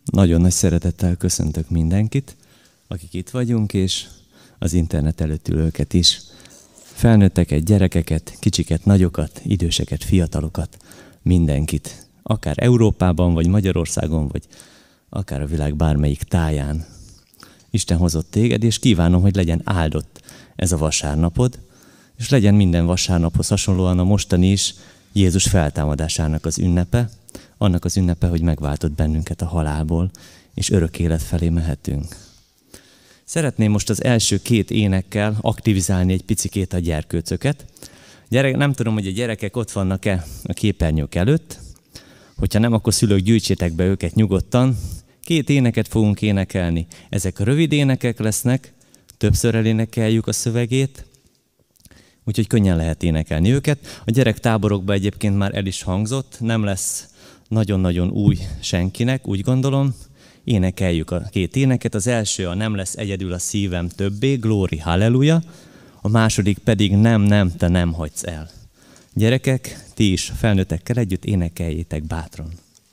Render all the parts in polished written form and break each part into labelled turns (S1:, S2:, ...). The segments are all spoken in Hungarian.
S1: Nagyon nagy szeretettel köszöntök mindenkit, akik itt vagyunk, és az internet előtt ülőket is. Felnőtteket, gyerekeket, kicsiket, nagyokat, időseket, fiatalokat, mindenkit. Akár Európában, vagy Magyarországon, vagy akár a világ bármelyik táján. Isten hozott téged, és kívánom, hogy legyen áldott ez a vasárnapod, és legyen minden vasárnaphoz hasonlóan a mostani is Jézus feltámadásának az ünnepe, annak az ünnepe, hogy megváltott bennünket a halálból, és örök élet felé mehetünk. Szeretném most az első 2 énekkel aktivizálni egy picikét a gyerkőcöket. Nem tudom, hogy a gyerekek ott vannak-e a képernyők előtt. Hogyha nem, akkor szülők, gyűjtsétek be őket nyugodtan. 2 éneket fogunk énekelni. Ezek rövid énekek lesznek, többször elénekeljük a szövegét, úgyhogy könnyen lehet énekelni őket. A gyerektáborokban egyébként már el is hangzott, nem lesz nagyon-nagyon új senkinek, úgy gondolom. Énekeljük a 2 éneket. Az első a Nem lesz egyedül a szívem többé, Glory, Halleluja. A második pedig Nem, te nem hagysz el. Gyerekek, ti is felnőttekkel együtt énekeljétek bátran.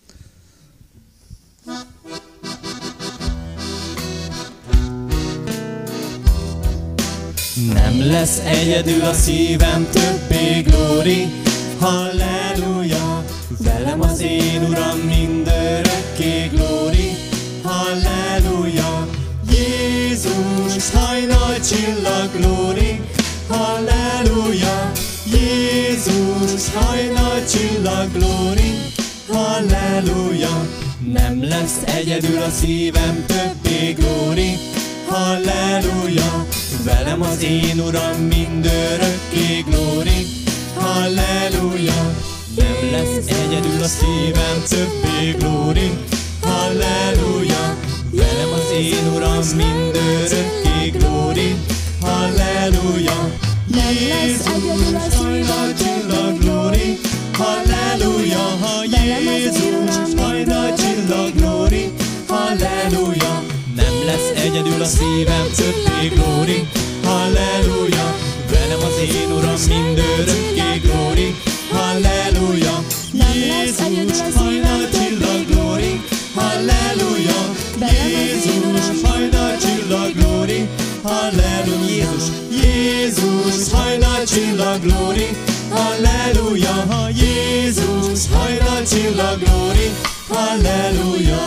S1: Nem lesz egyedül a szívem többé, Glory, Halleluja. Velem az én Uram mindörökké, Glory, Halleluja. Jézus, hajnal csillag, Glory, Halleluja. Jézus, hajnal csillag, Glory, Halleluja. Nem lesz egyedül a szívem többé, Glory, Halleluja. Velem az én Uram mindörökké, Glory, Halleluja. Nem lesz egyedül a szívem többé, Glory, Halleluja. Velem az én Uram mindörökké, Glory, Halleluja. Jézus, hajnal csillag, Glory, Halleluja. Jézus, hajnal csillag, Glory, Halleluja. Nem lesz egyedül a szívem többé, Glory, Halleluja. Velem az én Uram mindörökké, Glory, Halleluja. Jézus, hajnal csillag, Glory, Halleluja. Jézus, hajnal csillag, Glory, Halleluja. Jézus, hajnal csillag, Glory, Halleluja. Jézus, hajnal csillag, Glory, Halleluja.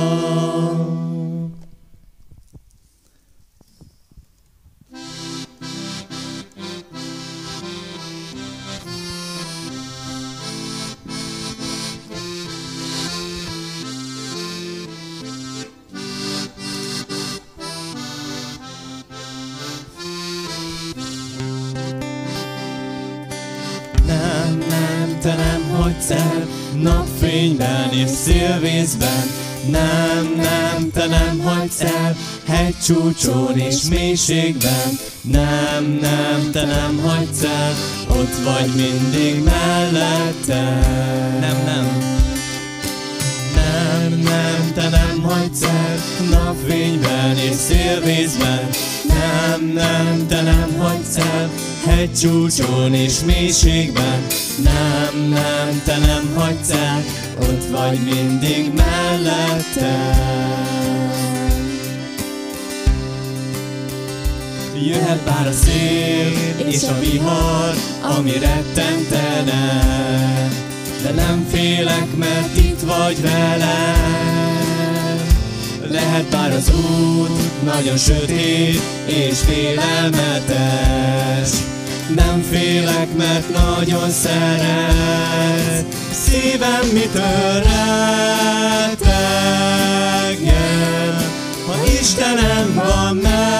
S1: Te nem hagysz el napfényben és szélvészben. Nem, te nem hagysz el hegycsúcson és mélységben. Nem, te nem hagysz el, ott vagy mindig mellettem. Nem, te nem hagysz el napfényben és szélvészben. Nem, te nem hagysz el hegycsúcson és mélységben. Nem, te nem hagysz el, ott vagy mindig mellettem. Jöhet bár a szél és a vihar, ami rettentene, de nem félek, mert itt vagy velem. Lehet bár az út nagyon sötét és félelmetes, nem félek, mert nagyon szeret. Szívem mitől rettegjen, ha Istenem van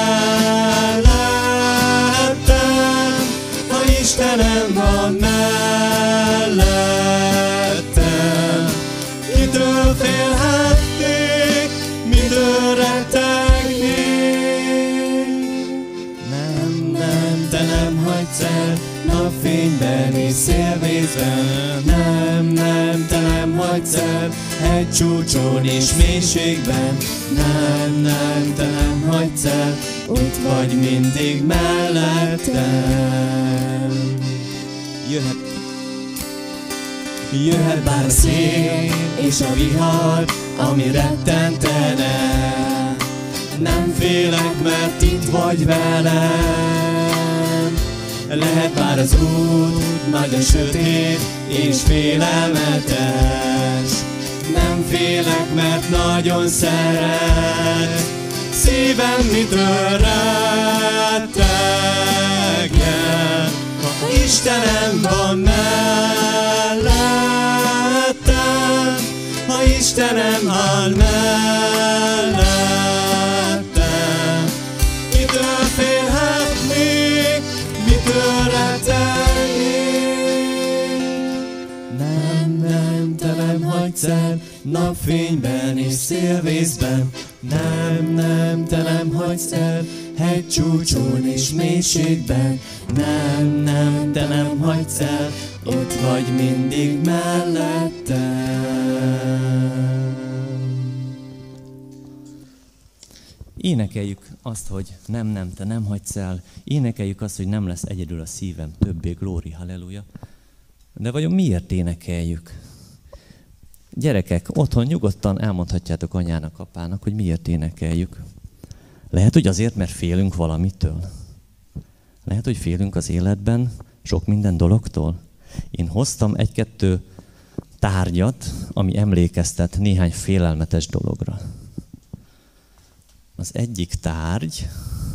S1: mellettem. Ha Istenem van mellettem, kitől félhetnék, mitől rettegnék? Nem, te nem hagysz el napfényben és szélvészben. Nem, te nem hagysz el hegycsúcson és mélységben. Nem, te nem hagysz el, ott vagy mindig mellettem. Jöhet bár a szél és a vihar, ami rettentene. Nem félek, mert itt vagy velem. Lehet bár az út nagyon sötét és félelmetes. Nem félek, mert nagyon szeret. Szívem mitől rettegjen, ha Istenem van mellettem, ha Istenem áll mellettem. Mitől félhetnék, mitől rettegnék? Nem, te nem hagysz el napfényben és szélvészben. Nem, te nem hagysz el hegycsúcson és mélységben. Nem, te nem hagysz el, ott vagy mindig mellettem. Énekeljük azt, hogy nem, te nem hagysz el. Énekeljük azt, hogy nem lesz egyedül a szívem többé, glóri, halleluja. De vajon miért énekeljük? Gyerekek, otthon nyugodtan elmondhatjátok anyának, apának, hogy miért énekeljük. Lehet, hogy azért, mert félünk valamitől. Lehet, hogy félünk az életben sok minden dologtól. Én hoztam egy-kettő tárgyat, ami emlékeztet néhány félelmetes dologra. Az egyik tárgy,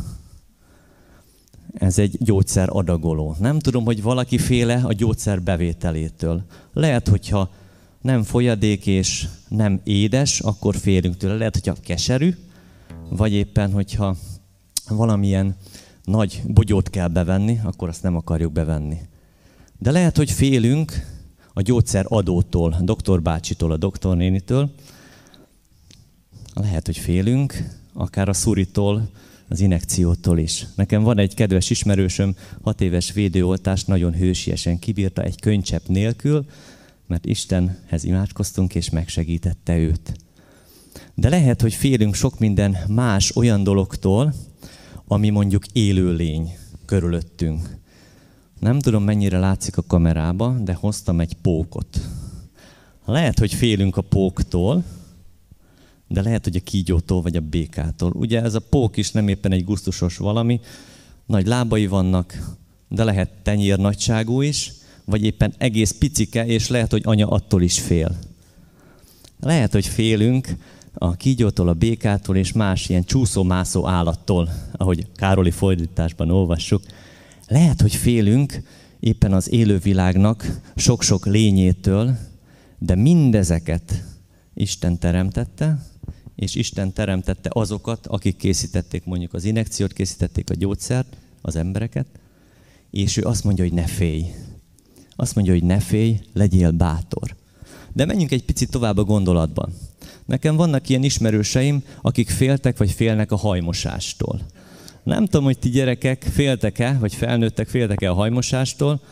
S1: ez egy gyógyszer adagoló. Nem tudom, hogy valaki féle a gyógyszer bevételétől. Lehet, hogyha nem folyadék és nem édes, akkor félünk tőle. Lehet, hogyha keserű, vagy éppen, hogyha valamilyen nagy bogyót kell bevenni, akkor azt nem akarjuk bevenni. De lehet, hogy félünk a gyógyszer adótól, a doktor bácsitól, a doktornénitől. Lehet, hogy félünk akár a szuritól, az injekciótól is. Nekem van egy kedves ismerősöm, 6 éves védőoltást nagyon hősiesen kibírta egy könycsepp nélkül, mert Istenhez imádkoztunk, és megsegítette őt. De lehet, hogy félünk sok minden más olyan dologtól, ami mondjuk élőlény körülöttünk. Nem tudom, mennyire látszik a kamerába, de hoztam egy pókot. Lehet, hogy félünk a póktól, de lehet, hogy a kígyótól vagy a békától. Ugye ez a pók is nem éppen egy gusztusos valami, nagy lábai vannak, de lehet tenyér nagyságú is, vagy éppen egész picike, és lehet, hogy anya attól is fél. Lehet, hogy félünk a kígyótól, a békától és más ilyen csúszó-mászó állattól, ahogy Károli fordításban olvassuk. Lehet, hogy félünk éppen az élővilágnak sok-sok lényétől, de mindezeket Isten teremtette, és Isten teremtette azokat, akik készítették mondjuk az injekciót, készítették a gyógyszert, az embereket, és ő azt mondja, hogy ne félj. Azt mondja, hogy ne félj, legyél bátor. De menjünk egy picit tovább a gondolatban. Nekem vannak ilyen ismerőseim, akik féltek vagy félnek a hajmosástól. Nem tudom, hogy ti gyerekek féltek-e, vagy felnőttek féltek-e a hajmosástól.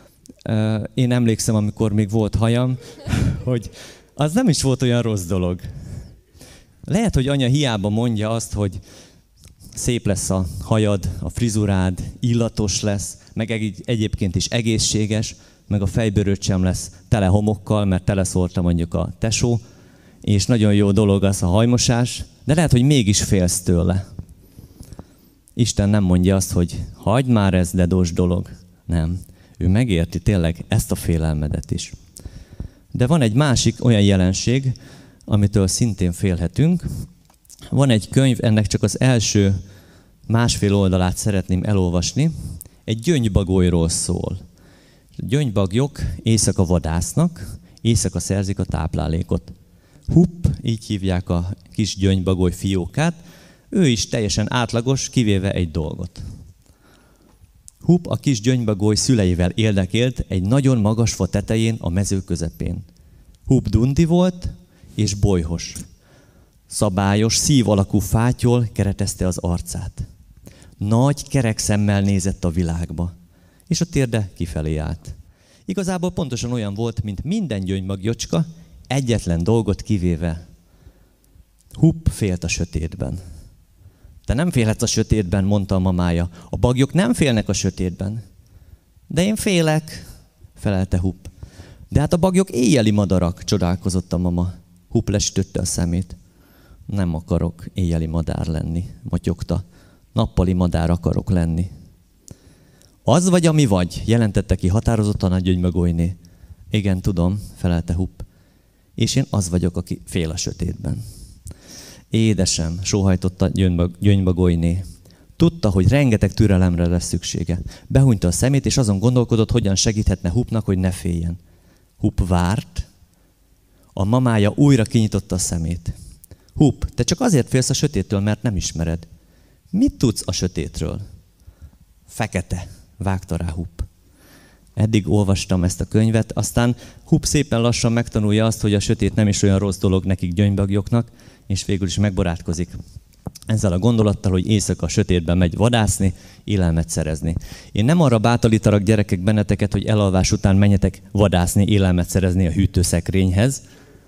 S1: Én emlékszem, amikor még volt hajam, hogy az nem is volt olyan rossz dolog. Lehet, hogy anya hiába mondja azt, hogy szép lesz a hajad, a frizurád, illatos lesz, meg egyébként is egészséges, meg a fejbőröd sem lesz tele homokkal, mert teleszórta mondjuk a tesó, és nagyon jó dolog az a hajmosás, de lehet, hogy mégis félsz tőle. Isten nem mondja azt, hogy hagyd már, ez dedós dolog. Nem. Ő megérti tényleg ezt a félelmedet is. De van egy másik olyan jelenség, amitől szintén félhetünk. Van egy könyv, ennek csak az első 1,5 oldalát szeretném elolvasni. Egy gyöngybagolyról szól. A gyöngybagyok éjszaka vadásznak, éjszaka szerzik a táplálékot. Hupp, így hívják a kis gyöngybagoly fiókát. Ő is teljesen átlagos, kivéve egy dolgot. Hupp a kis gyöngybagoly szüleivel érdekélt egy nagyon magas fa tetején a mező közepén. Hupp dundi volt és bolyhos. Szabályos, szív alakú fátyol keretezte az arcát. Nagy, kerek szemmel nézett a világba, és a térde kifelé állt. Igazából pontosan olyan volt, mint minden gyöngybagyocska, egyetlen dolgot kivéve. Hupp félt a sötétben. Te nem félhetsz a sötétben, mondta a mamája. A bagyok nem félnek a sötétben. De én félek, felelte Hupp. De hát a bagyok éjjeli madarak, csodálkozott a mama. Hupp lesütötte a szemét. Nem akarok éjjeli madár lenni, motyogta. Nappali madár akarok lenni. Az vagy, ami vagy, jelentette ki határozottan a Gyöngybagolyné. Igen, tudom, felelte Hupp. És én az vagyok, aki fél a sötétben. Édesem, sóhajtotta Gyöngybagolyné. Tudta, hogy rengeteg türelemre lesz szüksége. Behunyta a szemét, és azon gondolkodott, hogyan segíthetne Huppnak, hogy ne féljen. Hupp várt. A mamája újra kinyitotta a szemét. Hupp, te csak azért félsz a sötéttől, mert nem ismered. Mit tudsz a sötétről? Fekete, vágta rá Hupp. Eddig olvastam ezt a könyvet, aztán Hupp szépen lassan megtanulja azt, hogy a sötét nem is olyan rossz dolog nekik gyöngybagyoknak, és végül is megbarátkozik ezzel a gondolattal, hogy éjszaka a sötétben megy vadászni, élelmet szerezni. Én nem arra bátorítalak gyerekek benneteket, hogy elalvás után menjetek vadászni, élelmet szerezni a hűtőszekrényhez.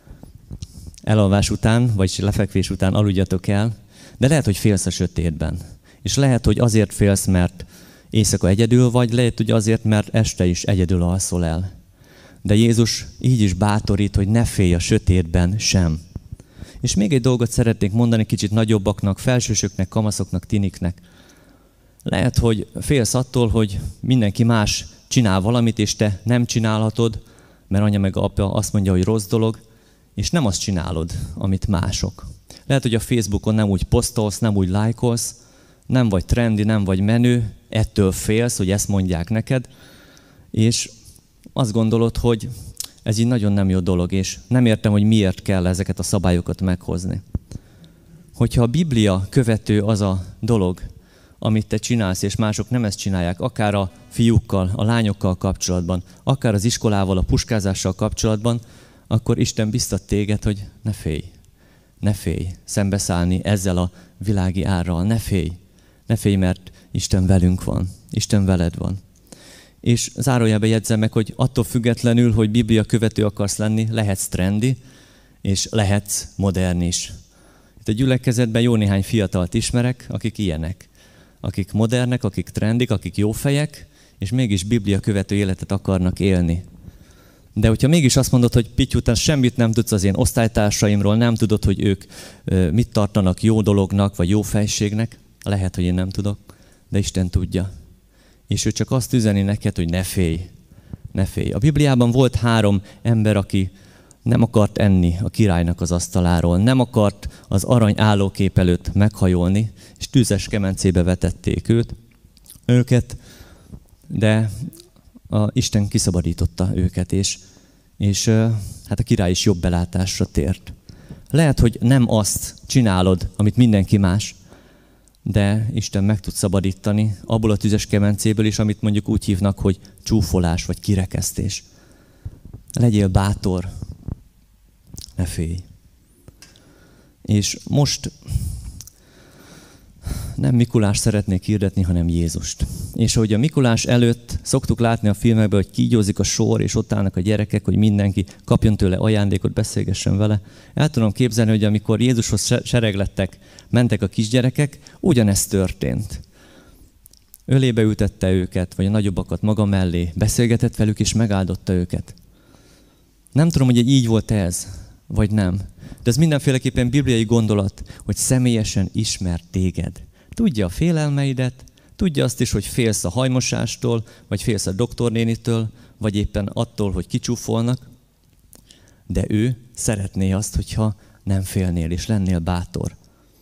S1: Elalvás után, vagyis lefekvés után aludjatok el, de lehet, hogy félsz a sötétben. És lehet, hogy azért félsz, mert éjszaka egyedül vagy, lehet, hogy azért, mert este is egyedül alszol el. De Jézus így is bátorít, hogy ne félj a sötétben sem. És még egy dolgot szeretnék mondani kicsit nagyobbaknak, felsősöknek, kamaszoknak, tiniknek. Lehet, hogy félsz attól, hogy mindenki más csinál valamit, és te nem csinálhatod, mert anya meg apa azt mondja, hogy rossz dolog, és nem azt csinálod, amit mások. Lehet, hogy a Facebookon nem úgy posztolsz, nem úgy lájkolsz, nem vagy trendi, nem vagy menő, ettől félsz, hogy ezt mondják neked, és azt gondolod, hogy ez így nagyon nem jó dolog, és nem értem, hogy miért kell ezeket a szabályokat meghozni. Hogyha a Biblia követő az a dolog, amit te csinálsz, és mások nem ezt csinálják, akár a fiúkkal, a lányokkal kapcsolatban, akár az iskolával, a puskázással kapcsolatban, akkor Isten biztat téged, hogy ne félj szembeszállni ezzel a világi árral, ne félj, mert Isten velünk van, Isten veled van. És zárójelbe jegyzem meg, hogy attól függetlenül, hogy Biblia követő akarsz lenni, lehetsz trendi, és lehetsz modern is. Itt a gyülekezetben jó néhány fiatalt ismerek, akik ilyenek. Akik modernek, akik trendik, akik jófejek, és mégis Biblia követő életet akarnak élni. De hogyha mégis azt mondod, hogy Pitty, te semmit nem tudsz az én osztálytársaimról, nem tudod, hogy ők mit tartanak jó dolognak, vagy jó fejségnek, lehet, hogy én nem tudok, de Isten tudja. És ő csak azt üzeni neked, hogy ne félj. A Bibliában volt 3 ember, aki nem akart enni a királynak az asztaláról, nem akart az arany állókép előtt meghajolni, és tüzes kemencébe vetették őket, de Isten kiszabadította őket, és hát a király is jobb belátásra tért. Lehet, hogy nem azt csinálod, amit mindenki más, de Isten meg tud szabadítani abból a tüzes kemencéből is, amit mondjuk úgy hívnak, hogy csúfolás vagy kirekesztés. Legyél bátor, ne félj. És most nem Mikulást szeretnék hirdetni, hanem Jézust. És ahogy a Mikulás előtt szoktuk látni a filmekben, hogy kígyózik a sor, és ott állnak a gyerekek, hogy mindenki kapjon tőle ajándékot, beszélgessen vele. El tudom képzelni, hogy amikor Jézushoz sereglettek, mentek a kisgyerekek, ugyanezt történt. Ölébe ültette őket, vagy a nagyobbakat maga mellé, beszélgetett velük, és megáldotta őket. Nem tudom, hogy így volt ez, vagy nem. De ez mindenféleképpen bibliai gondolat, hogy személyesen ismer téged. Tudja a félelmeidet, tudja azt is, hogy félsz a hajmosástól, vagy félsz a doktornénitől, vagy éppen attól, hogy kicsúfolnak. De ő szeretné azt, hogyha nem félnél, és lennél bátor.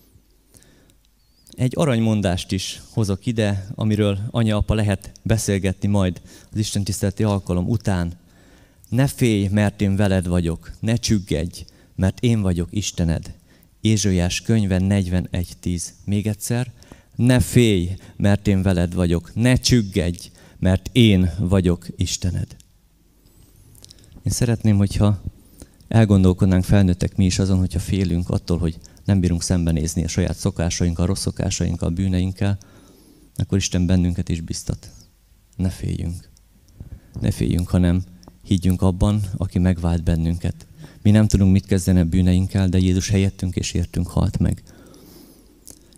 S1: Egy aranymondást is hozok ide, amiről anya-apa lehet beszélgetni majd az istentiszteleti alkalom után. Ne félj, mert én veled vagyok, ne csüggedj, mert én vagyok Istened. Ézsaiás könyve 41:10. Még egyszer, ne félj, mert én veled vagyok, ne csüggedj, mert én vagyok Istened. Én szeretném, hogyha elgondolkodnánk felnőttek mi is azon, hogyha félünk attól, hogy nem bírunk szembenézni a saját szokásainkkal, rossz szokásainkkal, bűneinkkel, akkor Isten bennünket is biztat. Ne féljünk. Ne féljünk, hanem higgyünk abban, aki megvált bennünket. Mi nem tudunk mit kezdeni a bűneinkkel, de Jézus helyettünk és értünk halt meg.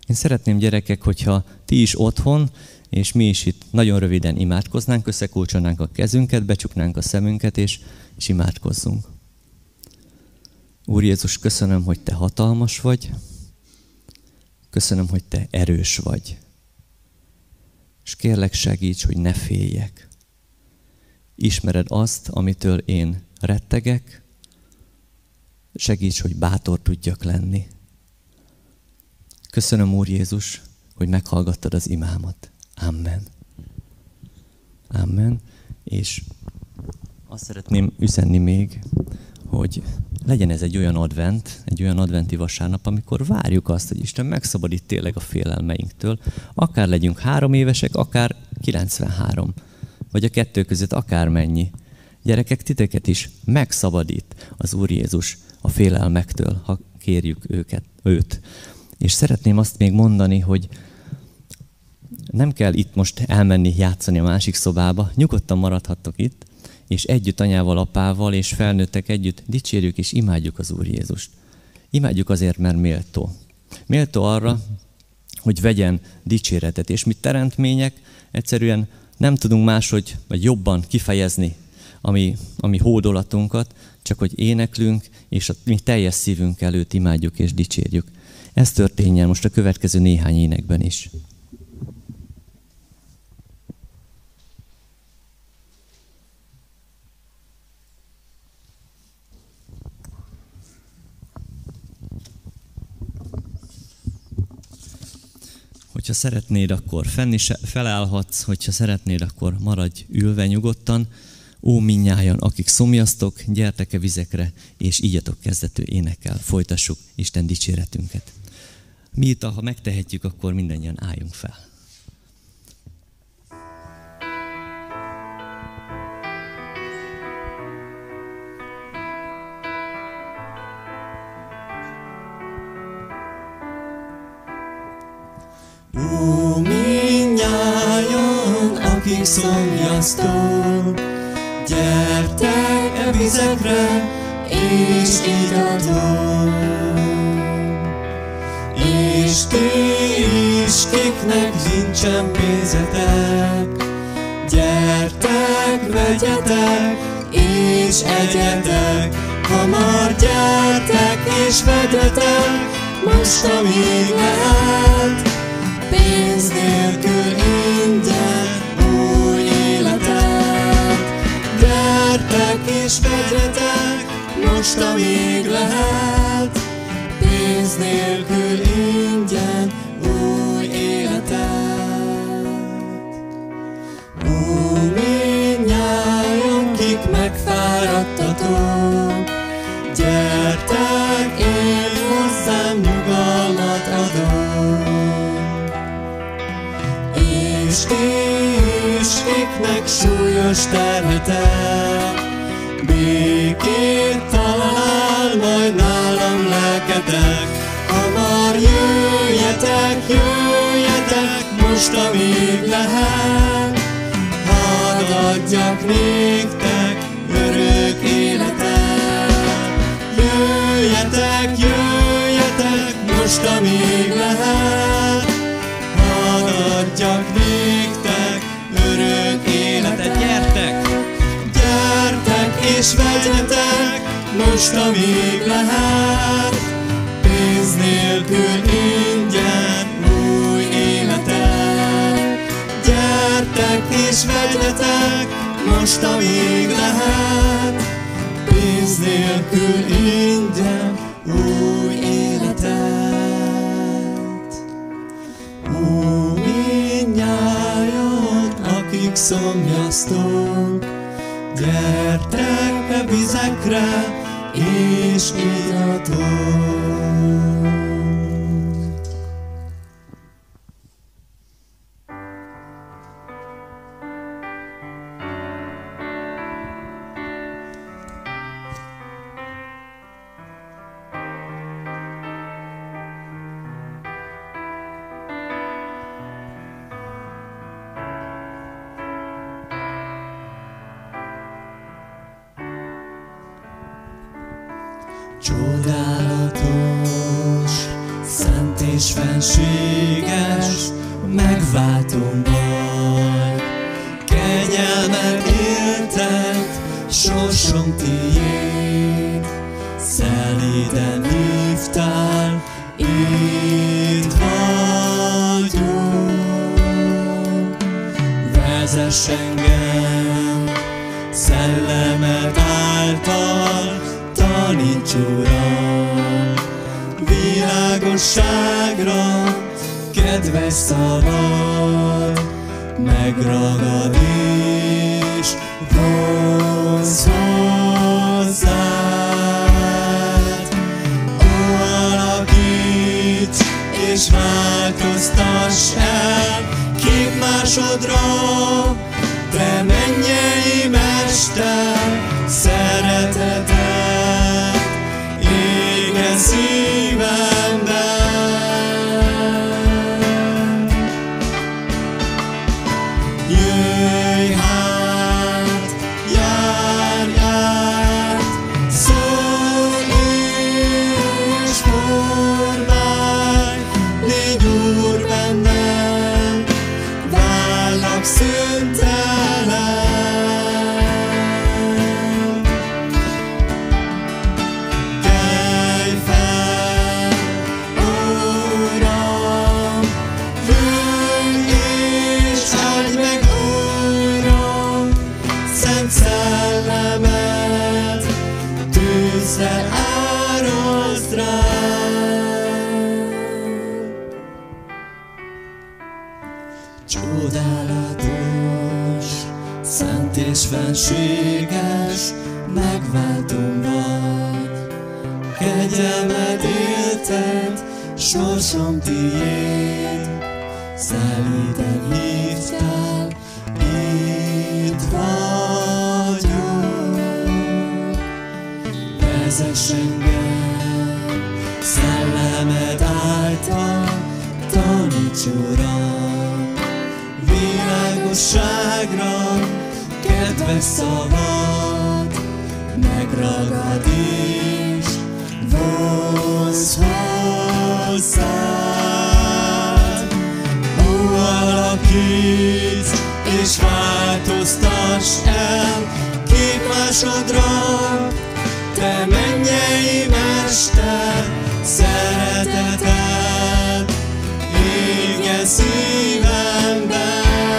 S1: Én szeretném, gyerekek, hogyha ti is otthon, és mi is itt nagyon röviden imádkoznánk, összekulcsolnánk a kezünket, becsuknánk a szemünket, és imádkozzunk. Úr Jézus, köszönöm, hogy te hatalmas vagy, köszönöm, hogy te erős vagy. És kérlek, segíts, hogy ne féljek. Ismered azt, amitől én rettegek, segíts, hogy bátor tudjak lenni. Köszönöm, Úr Jézus, hogy meghallgattad az imámat. Amen. Amen. És azt szeretném üzenni még, hogy legyen ez egy olyan advent, egy olyan adventi vasárnap, amikor várjuk azt, hogy Isten megszabadít tényleg a félelmeinktől. Akár legyünk 3 évesek, akár 93, vagy a 2 között akármennyi. Gyerekek, titeket is megszabadít az Úr Jézus a félelmektől, ha kérjük őt. És szeretném azt még mondani, hogy nem kell itt most elmenni játszani a másik szobába, nyugodtan maradhattok itt, és együtt anyával, apával és felnőttek együtt dicsérjük és imádjuk az Úr Jézust. Imádjuk azért, mert méltó. Méltó arra, hogy vegyen dicséretet, és mi teremtmények egyszerűen nem tudunk máshogy, vagy jobban kifejezni ami hódolatunkat, csak hogy éneklünk, és mi teljes szívünk előtt imádjuk és dicsérjük. Ez történjen most a következő néhány énekben is. Hogyha szeretnéd, akkor fenn is felállhatsz, hogyha szeretnéd, akkor maradj ülve nyugodtan. Ó, mindnyájan, akik szomjaztok, gyertek-e vizekre, és ígyatok kezdető énekkel. Folytassuk Isten dicséretünket. Mi itt, ha megtehetjük, akkor mindannyian álljunk fel.
S2: Ó, mindnyájan, akik szomjaztok, gyertek e vizekre, és igyatok. És ti is, kiknek nincsen pénzetek, gyertek, vegyetek, és egyetek. Hamar gyertek, és vegyetek, most amíg lehet, pénz nélkül ingyen új életet. Gyertek és vegyetek, most amíg lehet, pénz nélkül ingyen új életet. Ó, mindnyájan, kik megfáradtatok, gyertek, én hozzám nyugalmat adok. És ti is, kiknek súlyos terhetek, békét talál majd nálam lelketek. Hamar jöjjetek, jöjjetek, most amíg lehet, hadd adjak néktek örök életet. Jöjjetek, jöjjetek, most amíg lehet, hadd adjak néktek örök életet.
S1: Gyertek!
S2: Gyertek és vegyetek, most amíg lehet, pénz nélkül ingyen új életet. Gyertek és vegyetek, most amíg lehet, pénz nélkül ingyen új életet. Ó, mindnyájan, akik szomjaztok, gyertek e vizekre, és igyatok. Csodálatos, szent és és fenséges, megváltom vagy. Kegyelmet éltet, sorsom tiéd, szelíden hívtál, itt vagyok. Vezess engem szellemed által, taníts Uram, világosságra, kedves szavad megragad és vonz hozzád. Ó, alakíts és változtass el képmásodra, te mennyei Mester, szereteted égen szívemben. Jöjj hát, járj át, szólj és formálj, légy Úr bennem, vállak szüntelen. Kelj fel, Uram, jöjj és áldj meg újra, Szent Szellemet tűzzel árasd rám. Csodálatos, szent és fenséges, megváltom vagy. Kegyelmed éltet, sorsom tiéd, szelíden hívtál, itt vagyok. Vezess engem szellemed által, taníts Uram, világosságra, kedves szavad megragad és vonz hozzád. Ó, alakíts és változtass el képmásodra, te mennyei Mester, szereteted égen szívemben.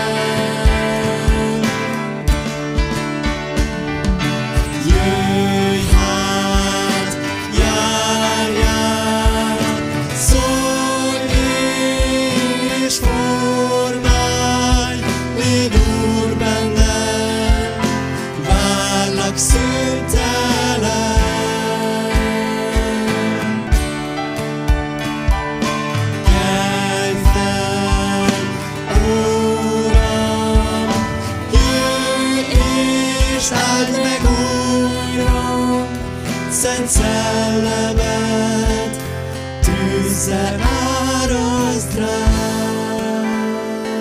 S2: Jöjj hát, járj át, szólj és formálj, légy Úr bennem, vállak szüntelen. Kelj fel, Uram, jöjj és áld meg újra, Szent Szellemet tűzzel árasd rám,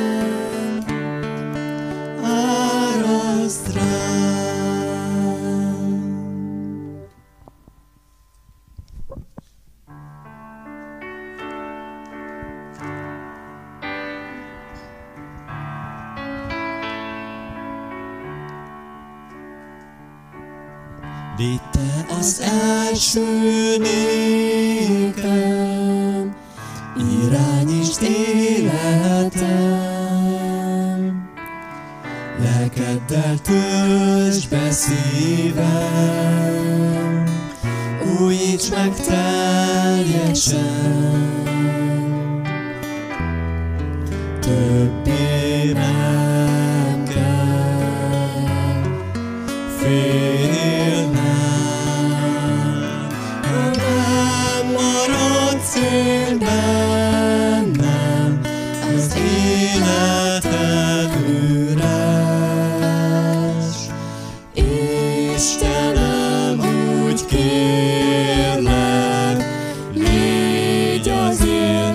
S2: árasd rám. Légy te az első nékem, irányítsd életem, lelkeddel töltsd be szívem, újíts meg teljesen. Többé nem kell félnem, ha nem maradsz én bennem, az életed üres. Istenem, úgy kérlek, légy az én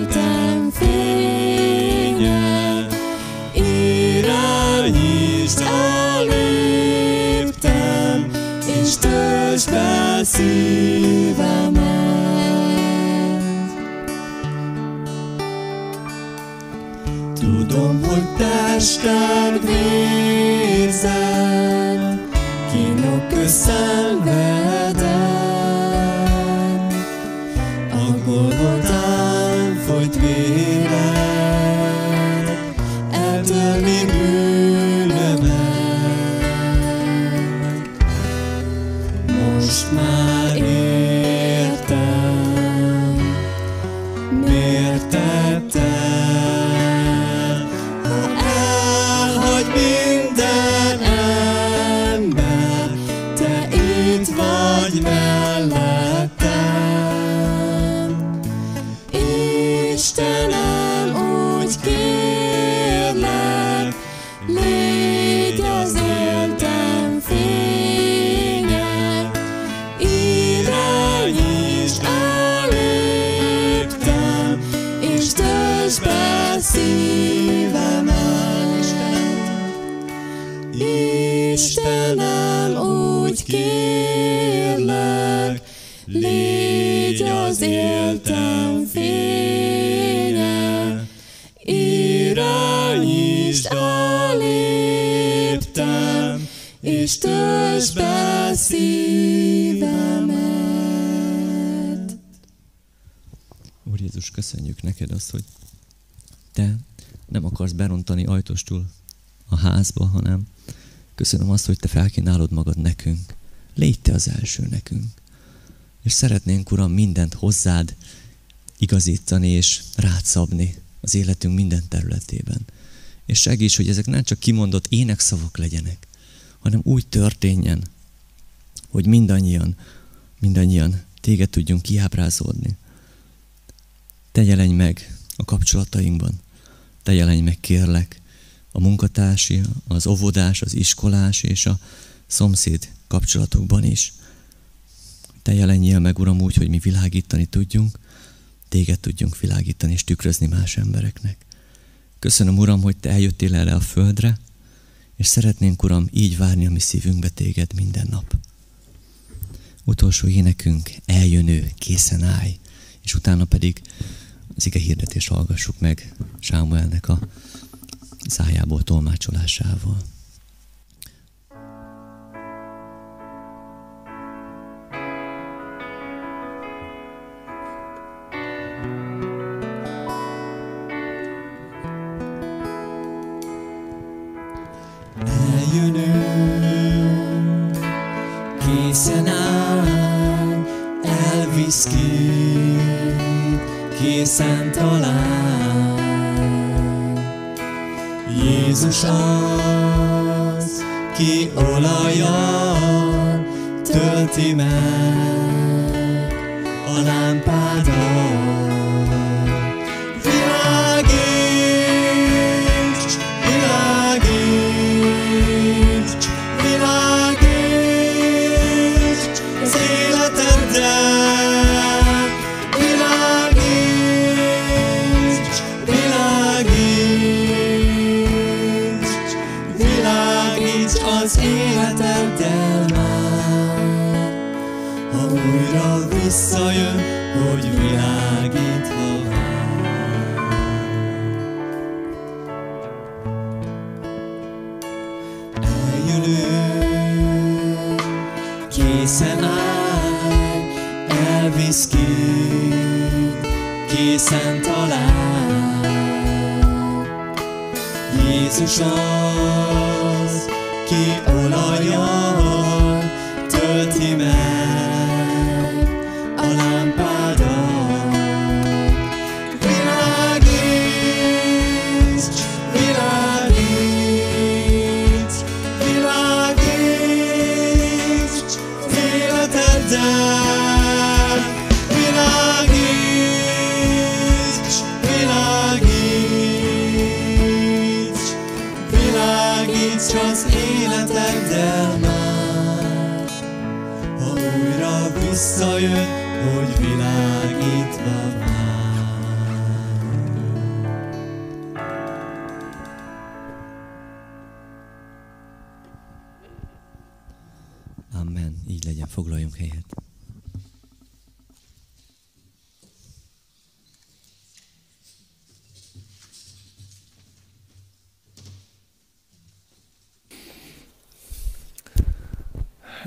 S2: hogy tested vérzen, kínok közszenvedett. A Golgotán folyt véred, eltörli bűnömet. Most már értem, miért tetted, ha elhagy minden ember, te itt vagy mellettem. Istenem, úgy kérlek, légy az életem fénye, irányítsd előttem, és töltsd be szívemet. Istenem, úgy kérlek, légy az életem fénye, irányítsd előttem, és töltsd be szívemet.
S1: Úr Jézus, köszönjük neked azt, hogy te nem akarsz berontani ajtóstól a házba, hanem köszönöm azt, hogy te felkínálod magad nekünk. Légy te az első nekünk. És szeretnénk, Uram, mindent hozzád igazítani és rád szabni az életünk minden területében. És segíts, hogy ezek nem csak kimondott énekszavak legyenek, hanem úgy történjen, hogy mindannyian téged tudjunk kiábrázolni. Te jelenj meg a kapcsolatainkban. Te jelenj meg, kérlek, a munkatársi, az óvodás, az iskolás és a szomszéd kapcsolatokban is. Te jelenjél meg, Uram, úgy, hogy mi világítani tudjunk, téged tudjunk világítani és tükrözni más embereknek. Köszönöm, Uram, hogy te eljöttél erre a földre, és szeretnénk, Uram, így várni a mi szívünkbe téged minden nap. Utolsó énekünk, eljönő, készen állj, és utána pedig az ige hirdetést hallgassuk meg Sámuelnek a szájából tolmácsolásával.
S2: Eljönő, készen áll, elvisz ki, készen talál. Jézus az, ki olajjal tölti meg a lámpádat. Világíts, világíts, világíts az életeddel. Világíts, világíts, világíts az életeddel már. Ha újra visszajön, hogy világítva vár. Eljönő, készen áll, elvisz ki, készen talál. Jézus az, ki olajjal tölti meg a lámpádat. Világíts, világíts, világíts életeddel. Világíts, világíts, világíts az életeddel már. Ha újra visszajön, hogy világítva vár.
S1: Amen. Így legyen, foglaljunk helyet.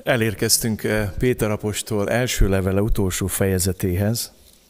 S3: Elérkeztünk Péter apostol első levele utolsó fejezetéhez,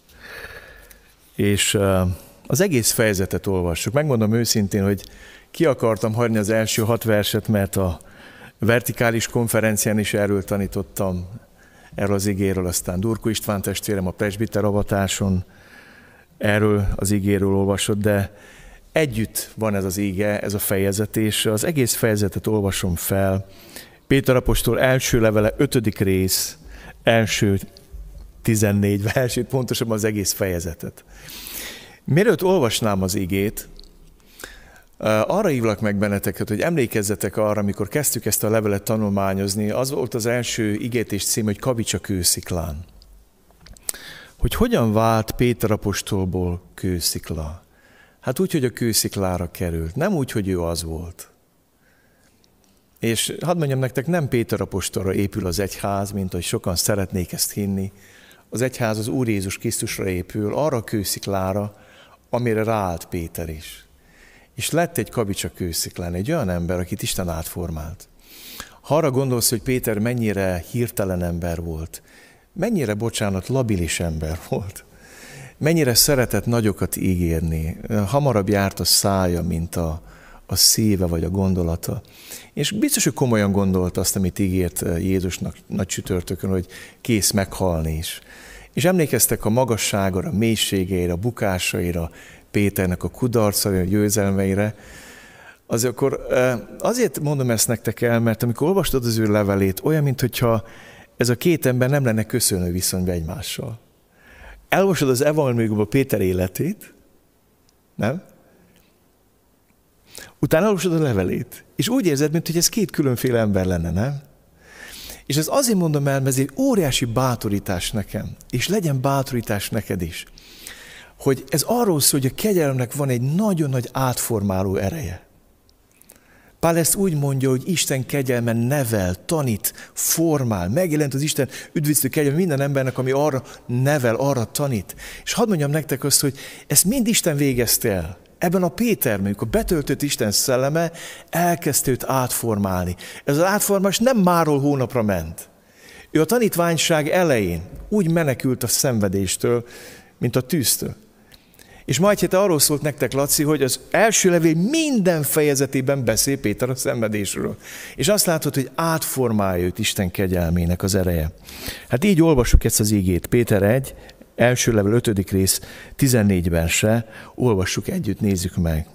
S3: és az egész fejezetet olvassuk. Megmondom őszintén, hogy ki akartam hagyni az első 6 verset, mert a vertikális konferencián is erről tanítottam, erről az igéről, aztán Durko István testvérem a presbiter avatáson erről az igéről olvasott, de együtt van ez az ige, ez a fejezet, és az egész fejezetet olvasom fel. Péter apostol első levele 5. rész, első 14 versét, pontosabban az egész fejezetet. Mielőtt olvasnám az igét, arra hívlak meg benneteket, hogy emlékezzetek arra, amikor kezdtük ezt a levelet tanulmányozni, az volt az első igétés cím, hogy Kavics a kősziklán. Hogy hogyan vált Péter apostolból kőszikla? Hát úgy, hogy a kősziklára került, nem úgy, hogy ő az volt. És hadd mondjam nektek, nem Péter apostolra épül az egyház, mint ahogy sokan szeretnék ezt hinni. Az egyház az Úr Jézus Krisztusra épül, arra a kősziklára, amire ráállt Péter is. És lett egy Kavics a kősziklán, egy olyan ember, akit Isten átformált. Ha arra gondolsz, hogy Péter mennyire hirtelen ember volt, mennyire, labilis ember volt, mennyire szeretett nagyokat ígérni, hamarabb járt a szája, mint a szíve vagy a gondolata. És biztos, hogy komolyan gondolt azt, amit ígért Jézusnak nagy csütörtökön, hogy kész meghalni is. És emlékeztek a magasságra, a mélységeire, a bukásaira, Péternek a kudarcaira, a győzelmeire. Azért mondom ezt nektek el, mert amikor olvastad az ő levelét, olyan, mintha ez a két ember nem lenne köszönő viszonyban egymással. Elolvasod az evangéliumban Péter életét, nem? Utána elolvasod a levelét, és úgy érzed, mintha ez két különféle ember lenne, nem? És ezt azért mondom el, mert ez egy óriási bátorítás nekem, és legyen bátorítás neked is, hogy ez arról szól, hogy a kegyelemnek van egy nagyon nagy átformáló ereje. Pál ezt úgy mondja, hogy Isten kegyelme nevel, tanít, formál, megjelent az Isten üdvözlő kegyelme minden embernek, ami arra nevel, arra tanít. És hadd mondjam nektek azt, hogy ezt mind Isten végezte el. Ebben a Péterben, amikor betöltött Isten szelleme, elkezdte őt átformálni. Ez az átformálás nem máról hónapra ment. Ő a tanítványság elején úgy menekült a szenvedéstől, mint a tűztől. És majd héten arról szólt nektek, Laci, hogy az első levél minden fejezetében beszél Péter a szenvedésről. És azt látod, hogy átformálja őt Isten kegyelmének az ereje. Hát így olvassuk ezt az igét. Péter 1, első levél 5. rész, 14 verse. Olvassuk együtt, nézzük meg.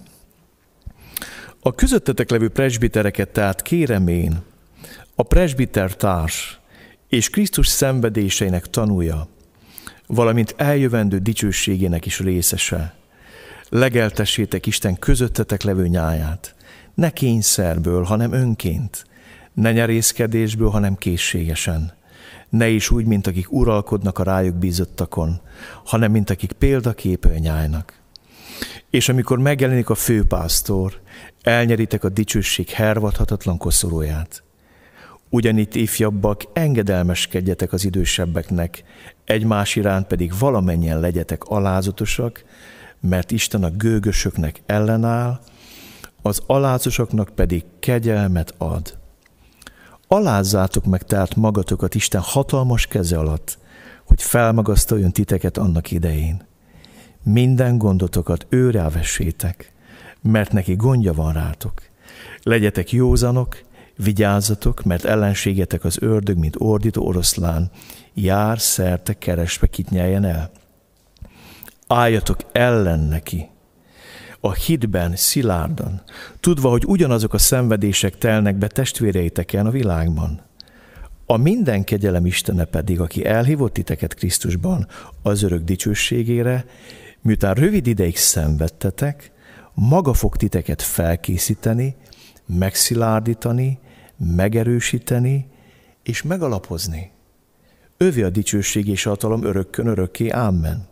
S3: A közöttetek levő presbitereket tehát kérem én, a presbiter társ és Krisztus szenvedéseinek tanúja, valamint eljövendő dicsőségének is részese. Legeltessétek Isten közöttetek levő nyáját, ne kényszerből, hanem önként, ne nyerészkedésből, hanem készségesen. Ne is úgy, mint akik uralkodnak a rájuk bízottakon, hanem mint akik példaképe a nyájnak. És amikor megjelenik a főpásztor, elnyeritek a dicsőség hervadhatatlan koszorúját. Ugyanitt ifjabbak, engedelmeskedjetek az idősebbeknek, egymás iránt pedig valamennyien legyetek alázatosak, mert Isten a gőgösöknek ellenáll, az alázatosoknak pedig kegyelmet ad. Alázzzátok meg tehát magatokat Isten hatalmas keze alatt, hogy felmagasztaljon titeket annak idején. Minden gondotokat őre vessétek, mert neki gondja van rátok. Legyetek józanok, vigyázzatok, mert ellenségetek az ördög, mint ordító oroszlán, jár szerte keresve kit nyeljen el. Álljatok ellen neki, a hitben szilárdan, tudva, hogy ugyanazok a szenvedések telnek be testvéreiteken a világban. A minden kegyelem Istene pedig, aki elhívott titeket Krisztusban az örök dicsőségére, miután rövid ideig szenvedtetek, maga fog titeket felkészíteni, megszilárdítani, megerősíteni és megalapozni. Övé a dicsőség és hatalom örökkön örökké. Amen.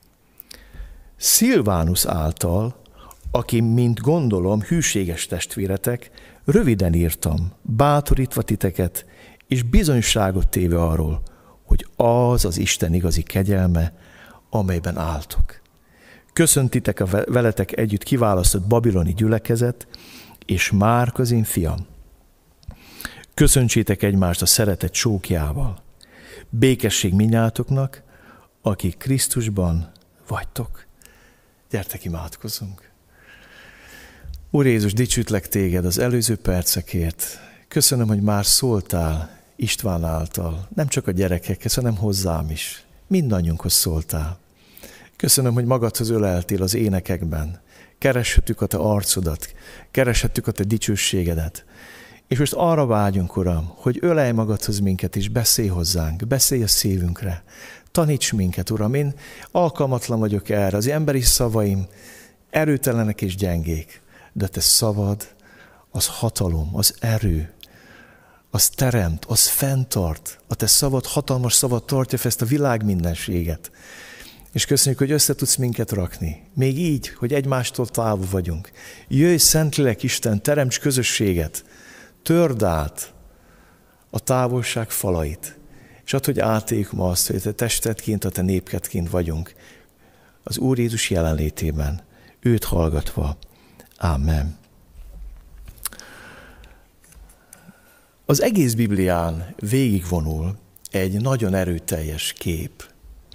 S3: Szilvánusz által, aki, mint gondolom, hűséges testvéretek, röviden írtam, bátorítva titeket, és bizonyságot téve arról, hogy az az Isten igazi kegyelme, amelyben álltok. Köszöntitek a veletek együtt kiválasztott babiloni gyülekezet, és Márk az én fiam. Köszöntsétek egymást a szeretet csókjával. Békesség mindnyájatoknak, akik Krisztusban vagytok. Gyertek, imádkozzunk. Úr Jézus, dicsőtlek téged az előző percekért. Köszönöm, hogy már szóltál István által, nem csak a gyerekekhez, hanem hozzám is. Mindannyiunkhoz szóltál. Köszönöm, hogy magadhoz öleltél az énekekben. Kereshettük a te arcodat, kereshettük a te dicsőségedet. És most arra vágyunk, Uram, hogy ölelj magadhoz minket is, beszélj hozzánk, beszélj a szívünkre. Taníts minket, Uram, én alkalmatlan vagyok erre, az emberi szavaim erőtelenek és gyengék, de te szavad, az hatalom, az erő, az teremt, az fenntart. A te szavad, hatalmas szavad tartja fel ezt a világ mindenséget. És köszönjük, hogy össze tudsz minket rakni. Még így, hogy egymástól távol vagyunk. Jöjj, Szentlélek Isten, teremts közösséget. Törd át a távolság falait. És add, hogy átéljük ma azt, hogy te testedként, a te népkedként vagyunk. Az Úr Jézus jelenlétében. Őt hallgatva. Ámen. Az egész Biblián végigvonul egy nagyon erőteljes kép.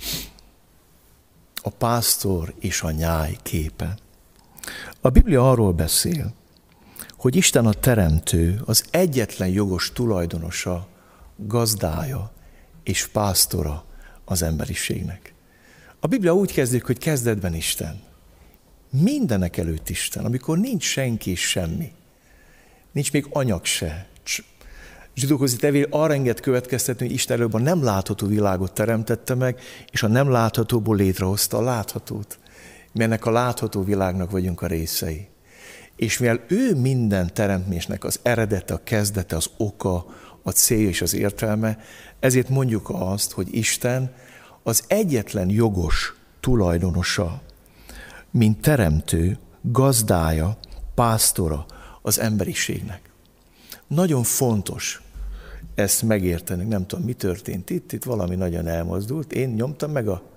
S3: A pásztor és a nyáj képe. A Biblia arról beszél, hogy Isten a teremtő, az egyetlen jogos tulajdonosa, gazdája és pásztora az emberiségnek. A Biblia úgy kezdődik, hogy kezdetben Isten. Mindenek előtt Isten, amikor nincs senki és semmi. Nincs még anyag se. Zsidókhoz tevél arra enged következtetni, hogy Isten előbb a nem látható világot teremtette meg, és a nem láthatóból létrehozta a láthatót. Mi ennek a látható világnak vagyunk a részei. És mivel ő minden teremtmésnek az eredete, a kezdete, az oka, a célja és az értelme, ezért mondjuk azt, hogy Isten az egyetlen jogos tulajdonosa, mint teremtő, gazdája, pásztora az emberiségnek. Nagyon fontos ezt megérteni. Nem tudom, mi történt itt valami nagyon elmozdult. Én nyomtam meg a...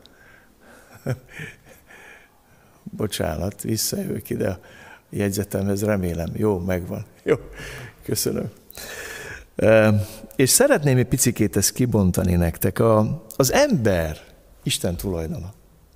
S3: Bocsánat, visszajövök ide a jegyzetemhez, remélem. Jó, megvan. Jó, köszönöm. És szeretném egy picikét ezt kibontani nektek. Az ember Isten tulajdona.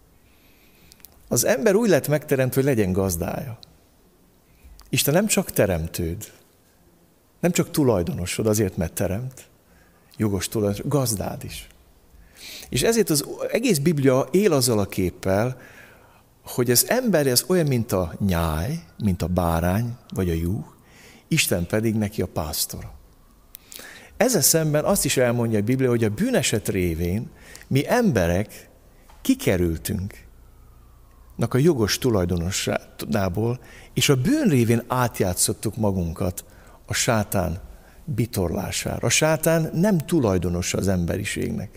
S3: Az ember úgy lett megteremtve, hogy legyen gazdája. Isten nem csak teremtőd, nem csak tulajdonosod azért, mert teremt, jogos tulajdonos, gazdád is. És ezért az egész Biblia él azzal a képpel, hogy az ember ez olyan, mint a nyáj, mint a bárány, vagy a juh, Isten pedig neki a pásztora. Ezzel szemben azt is elmondja a Biblia, hogy a bűneset révén mi emberek kikerültünk a jogos tulajdonosából, és a bűn révén átjátszottuk magunkat a sátán bitorlására. A sátán nem tulajdonosa az emberiségnek.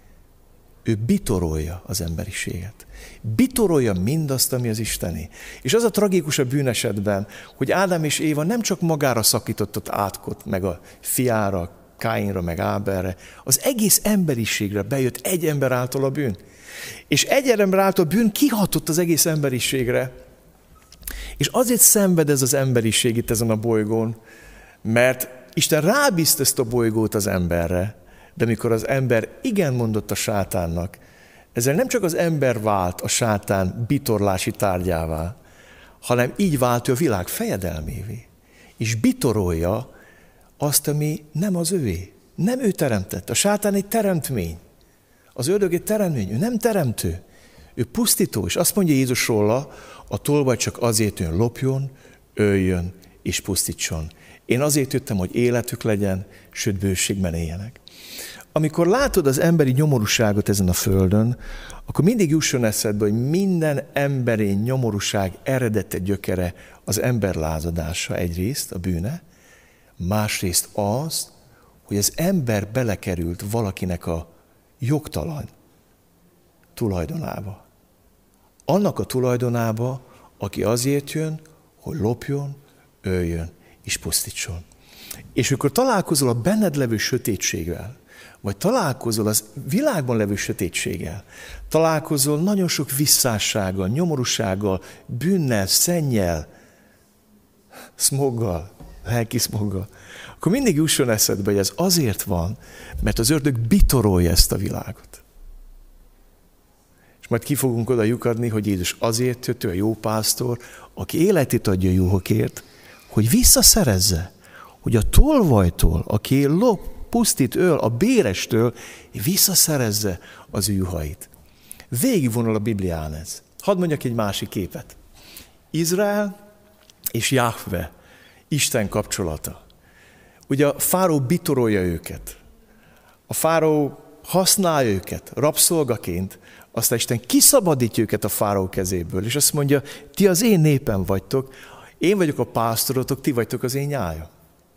S3: Ő bitorolja az emberiséget. Bitorolja mindazt, ami az Istené. És az a tragikus a bűnesetben, hogy Ádám és Éva nem csak magára szakított átkot, meg a fiára, Káinra, meg Ábelre, az egész emberiségre bejött egy ember által a bűn. És egy ember által a bűn kihatott az egész emberiségre. És azért szenved ez az emberiség itt ezen a bolygón, mert Isten rábízta ezt a bolygót az emberre, de mikor az ember igen mondott a sátánnak, ezzel nem csak az ember vált a sátán bitorlási tárgyává, hanem így vált ő a világ fejedelmévé. És bitorolja azt, ami nem az övé. Nem ő teremtett. A sátán egy teremtmény. Az ördög egy teremtmény. Ő nem teremtő. Ő pusztító. És azt mondja Jézus róla, a tolvaj csak azért jön, lopjon, öljön és pusztítson. Én azért jöttem, hogy életük legyen, sőt bőségben éljenek. Amikor látod az emberi nyomorúságot ezen a földön, akkor mindig jusson eszedbe, hogy minden emberi nyomorúság eredete, gyökere az ember lázadása egyrészt, a bűne, másrészt az, hogy az ember belekerült valakinek a jogtalan tulajdonába. Annak a tulajdonába, aki azért jön, hogy lopjon, öljön és pusztítson. És amikor találkozol a benned levő sötétséggel, vagy találkozol az világban levő sötétséggel, találkozol nagyon sok visszássággal, nyomorúsággal, bűnnel, szennyel, szmoggal, lelki szmoggal, akkor mindig jusson eszedbe, hogy ez azért van, mert az ördög bitorolja ezt a világot. És majd ki fogunk oda lyukadni, hogy Jézus azért jött, ő a jó pásztor, aki életét adja a juhokért, hogy visszaszerezze, hogy a tolvajtól, aki pusztít, öl, a bérestől, visszaszerezze az ő juhait. Végigvonul a Biblián ez. Hadd mondjak egy másik képet. Izrael és Jahve, Isten kapcsolata. Ugye a fáraó bitorolja őket. A fáraó használja őket rabszolgaként, aztán Isten kiszabadítja őket a fáraó kezéből, és azt mondja, ti az én népem vagytok, én vagyok a pásztorotok, ti vagytok az én nyájam.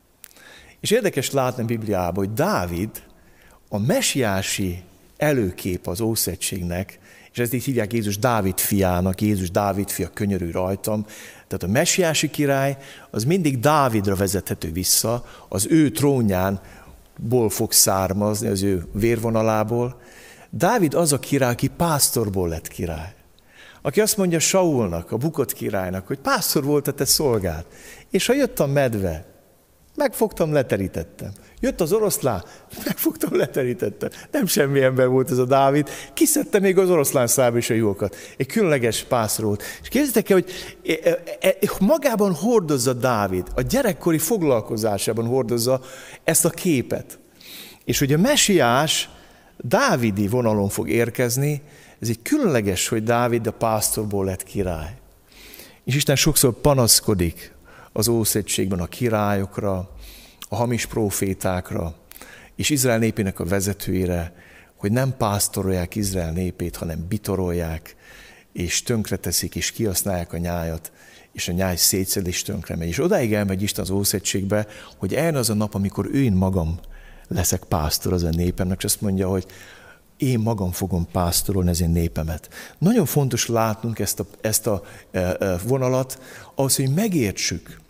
S3: És érdekes látni a Bibliában, hogy Dávid a mesiási előkép az Ószövetségnek, és ezt így hívják Jézus Dávid fiának, Jézus Dávid fia, könyörülj rajtam. Tehát a mesiási király az mindig Dávidra vezethető vissza, az ő trónjánból fog származni, az ő vérvonalából. Dávid az a király, aki pásztorból lett király. Aki azt mondja Saulnak, a bukott királynak, hogy pásztor volt a te szolgád. És ha jött a medve, megfogtam, leterítettem. Jött az oroszlán, megfogtam, leterítettem. Nem semmi ember volt ez a Dávid, kiszedte még az oroszlán szába is a juhokat. Egy különleges pásztor volt. És képzeljétek el, hogy magában hordozza Dávid, a gyerekkori foglalkozásában hordozza ezt a képet. És hogy a mesiás dávidi vonalon fog érkezni, ez egy különleges, hogy Dávid a pásztorból lett király. És Isten sokszor panaszkodik az Ószövetségben a királyokra, a hamis prófétákra, és Izrael népének a vezetőire, hogy nem pásztorolják Izrael népét, hanem bitorolják, és tönkreteszik, és kihasználják a nyájat, és a nyáj szétszed és tönkre megy. És odáig elmegy Isten az Ószövetségbe, hogy eljön az a nap, amikor én magam leszek pásztor az a népemnek, és azt mondja, hogy én magam fogom pásztorolni az én népemet. Nagyon fontos látnunk ezt a vonalat, ahhoz, hogy megértsük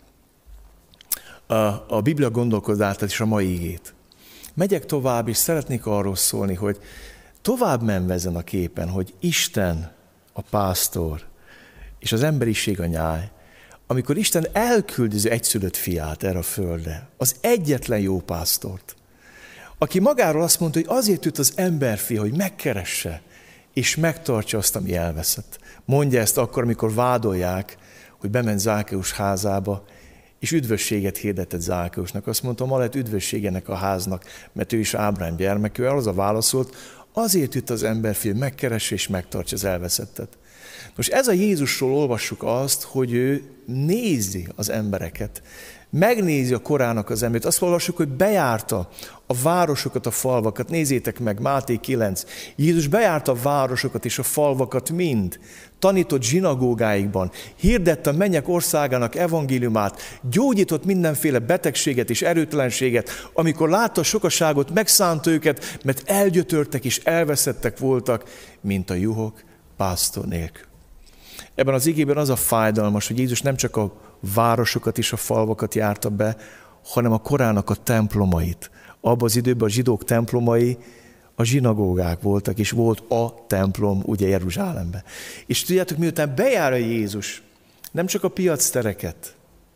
S3: a Biblia gondolkodását és a mai igét. Megyek tovább, és szeretnék arról szólni, hogy tovább menve ezen a képen, hogy Isten a pásztor, és az emberiség a nyáj, amikor Isten elküldi az egyszülött fiát erre a földre, az egyetlen jó pásztort, aki magáról azt mondta, hogy azért jött az emberfia, hogy megkeresse, és megtartsa azt, ami elveszett. Mondja ezt akkor, amikor vádolják, hogy bement Zákeus házába, és üdvösséget hirdetett Zákeusnak. Azt mondta, ma lett üdvösségenek a háznak, mert ő is Ábrám gyermeke. Az a válaszolt, azért jött az emberfia, hogy megkeresse és megtartsa az elveszettet. Most ez a Jézusról olvassuk azt, hogy ő nézi az embereket, megnézi a korának az embert. Azt olvassuk, hogy bejárta a városokat, a falvakat. Nézzétek meg, Máté 9. Jézus bejárta a városokat és a falvakat mind. Tanított zsinagógáikban, hirdette a mennyek országának evangéliumát, gyógyított mindenféle betegséget és erőtlenséget. Amikor látta a sokaságot, megszánta őket, mert elgyötörtek és elveszettek voltak, mint a juhok pásztor nélkül. Ebben az igében az a fájdalmas, hogy Jézus nem csak a városokat és a falvakat járta be, hanem a korának a templomait. Abban az időben a zsidók templomai a zsinagógák voltak, és volt a templom ugye Jeruzsálemben. És tudjátok, miután bejár a Jézus, nem csak a piactereket,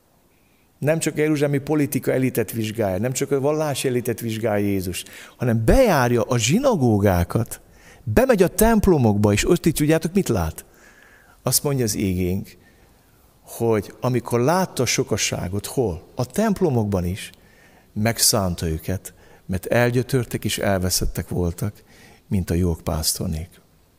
S3: nem csak a jeruzsálemi politika elitet vizsgálja, nem csak a vallási elitet vizsgálja Jézus, hanem bejárja a zsinagógákat, bemegy a templomokba, és ott így tudjátok, mit lát? Azt mondja az igénk, hogy amikor látta a sokasságot, hol? A templomokban is, megszánta őket, mert elgyötörtek és elveszettek voltak, mint a jók pásztor nélkül.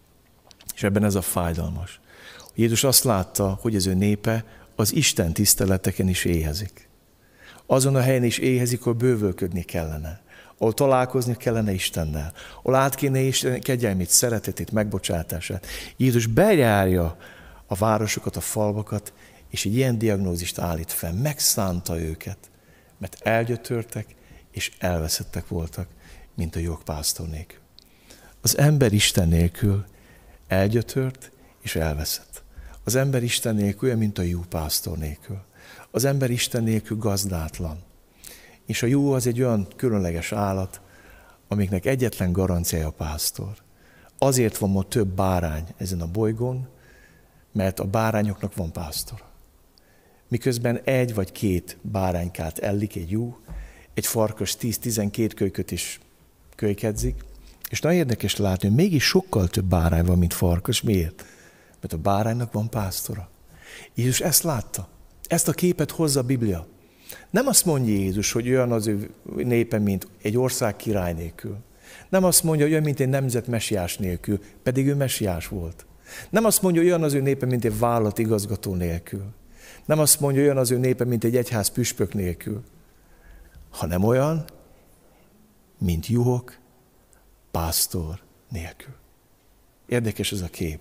S3: És ebben ez a fájdalmas. Jézus azt látta, hogy az ő népe az Isten tiszteleteken is éhezik. Azon a helyen is éhezik, ahol bővölködni kellene, ahol találkozni kellene Istennel, ahol át kéne Isten kegyelmét, szeretetét, megbocsátását. Jézus bejárja a városokat, a falvakat, és egy ilyen diagnózist állít fel. Megszánta őket, mert elgyötörtek és elveszettek voltak, mint a jók pásztor nélkül. Az ember Isten nélkül elgyötört és elveszett. Az ember Isten nélkül olyan, mint a jó pásztor nélkül. Az ember Isten nélkül gazdátlan. És a jó az egy olyan különleges állat, amiknek egyetlen garanciája a pásztor. Azért van ma több bárány ezen a bolygón, mert a bárányoknak van pásztora. miközben 1 vagy 2 báránykát ellik egy juh, egy farkas 10-12 kölyköt is kölykedzik, és nagyon érdekes látni, hogy mégis sokkal több bárány van, mint farkas. Miért? Mert a báránynak van pásztora. Jézus ezt látta. Ezt a képet hozza a Biblia. Nem azt mondja Jézus, hogy olyan az ő népe, mint egy ország király nélkül. Nem azt mondja, hogy olyan, mint egy nemzet mesiás nélkül, pedig ő mesiás volt. Nem azt mondja, hogy olyan az ő népe, mint egy vállalat igazgató nélkül. Nem azt mondja, hogy olyan az ő népe, mint egy egyház püspök nélkül, hanem olyan, mint juhok, pásztor nélkül. Érdekes ez a kép.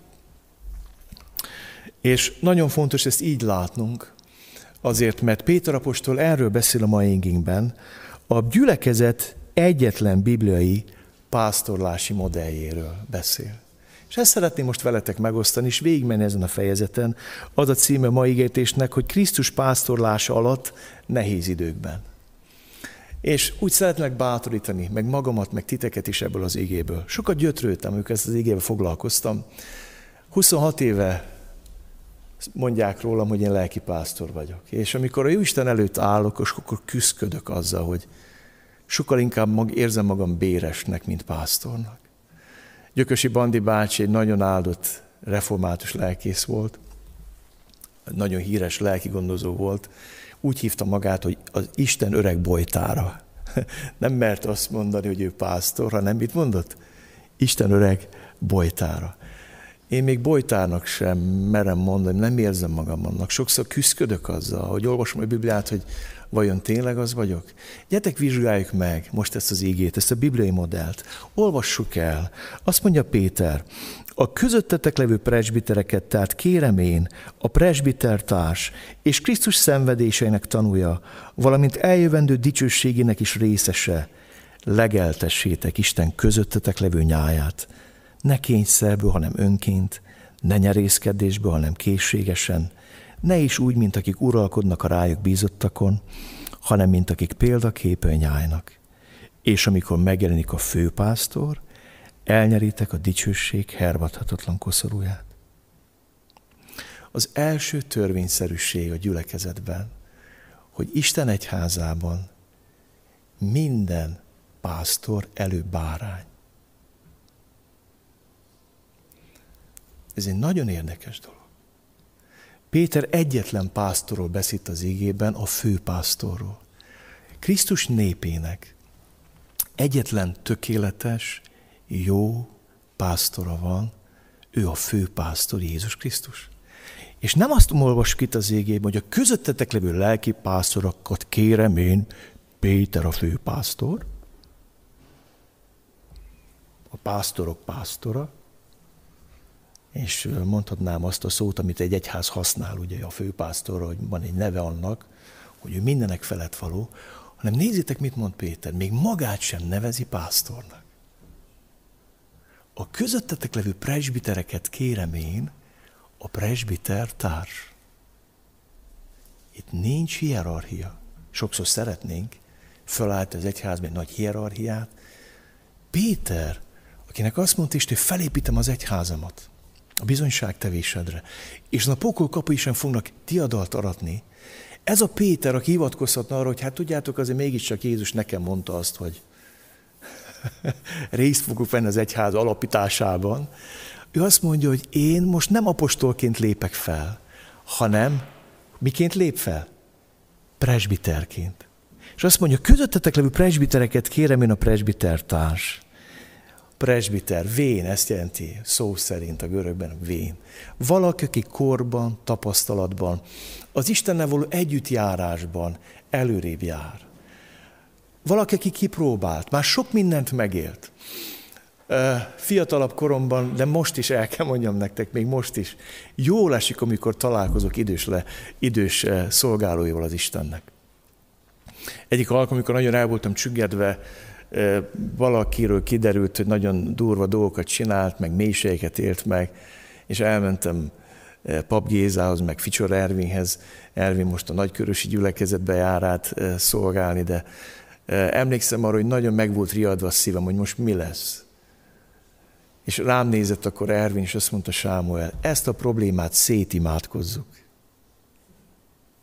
S3: És nagyon fontos ezt így látnunk, azért, mert Péter apostol erről beszél a mai igényben, a gyülekezet egyetlen bibliai pásztorlási modelljéről beszél. És ezt szeretném most veletek megosztani, és végigmenni ezen a fejezeten. Az a címe mai igétésnek, hogy Krisztus pásztorlása alatt nehéz időkben. És úgy szeretnék bátorítani, meg magamat, meg titeket is ebből az igéből. Sokat gyötrődtem, amikor ezt az igével foglalkoztam. 26 éve mondják rólam, hogy én lelkipásztor vagyok. És amikor a Jóisten előtt állok, akkor küszködök azzal, hogy sokkal inkább érzem magam béresnek, mint pásztornak. Gyökösi Bandi bácsi egy nagyon áldott református lelkész volt, nagyon híres lelkigondozó volt, úgy hívta magát, hogy az Isten öreg bojtára. Nem mert azt mondani, hogy ő pásztor, hanem mit mondott? Isten öreg bojtára. Én még bojtárnak sem merem mondani, nem érzem magam annak. Sokszor küszködök azzal, hogy olvasom a Bibliát, hogy vajon tényleg az vagyok? Gyertek, vizsgáljuk meg most ezt az igét, ezt a bibliai modellt. Olvassuk el. Azt mondja Péter, a közöttetek levő presbitereket, tehát kérem én, a presbitertárs és Krisztus szenvedéseinek tanúja, valamint eljövendő dicsőségének is részese, legeltessétek Isten közöttetek levő nyáját. Ne kényszerből, hanem önként, ne nyerészkedésből, hanem készségesen, ne is úgy, mint akik uralkodnak a rájuk bízottakon, hanem mint akik példaképe nyájnak. És amikor megjelenik a főpásztor, elnyeritek a dicsőség hervadhatatlan koszorúját. Az első törvényszerűség a gyülekezetben, hogy Isten egyházában minden pásztor előbb bárány. Ez egy nagyon érdekes dolog. Péter egyetlen pásztorról beszél az igében, a főpásztorról. Krisztus népének egyetlen tökéletes, jó pásztora van, ő a főpásztor, Jézus Krisztus. És nem azt olvassuk itt az igében, hogy a közöttetek levő lelki pásztorokat kérem én, Péter a főpásztor, a pásztorok pásztora, és mondhatnám azt a szót, amit egy egyház használ, ugye a főpásztorra, hogy van egy neve annak, hogy ő mindenek felett való, hanem nézzétek, mit mond Péter, még magát sem nevezi pásztornak. A közöttetek levő presbitereket kérem én, a presbiter társ. Itt nincs hierarchia. Sokszor szeretnénk fölállítani az egyházban egy nagy hierarchiát. Péter, akinek azt mondta Isten, hogy felépítem az egyházamat a bizonyságtevésedre, és a pokol kapuj sem fognak diadalt aratni. Ez a Péter, aki hivatkozhatna arra, hogy hát tudjátok, azért mégiscsak Jézus nekem mondta azt, hogy részt fogok venni az egyház alapításában. Ő azt mondja, hogy én most nem apostolként lépek fel, hanem miként lép fel? Presbiterként. És azt mondja, közöttetek levő presbitereket kérem én, a presbitertárs. Presbiter, vén, ezt jelenti szó szerint a görögben, vén. Valaki, aki korban, tapasztalatban, az Istennel való együttjárásban előrébb jár. Valaki, aki kipróbált, már sok mindent megélt. Fiatalabb koromban, de most is el kell mondjam nektek, még most is, jól esik, amikor találkozok idős szolgálóival az Istennek. Egyik alkalom, amikor nagyon el voltam csüggedve, valakiről kiderült, hogy nagyon durva dolgokat csinált, meg mélységeket élt meg, és elmentem Pap Gézához, meg Ficsor Ervinhez. Ervin most a nagykörösi gyülekezetbe jár át szolgálni, de emlékszem arra, hogy nagyon meg volt riadva a szívem, hogy most mi lesz. És rám nézett akkor Ervin, és azt mondta, Sámuel, ezt a problémát szétimádkozzuk.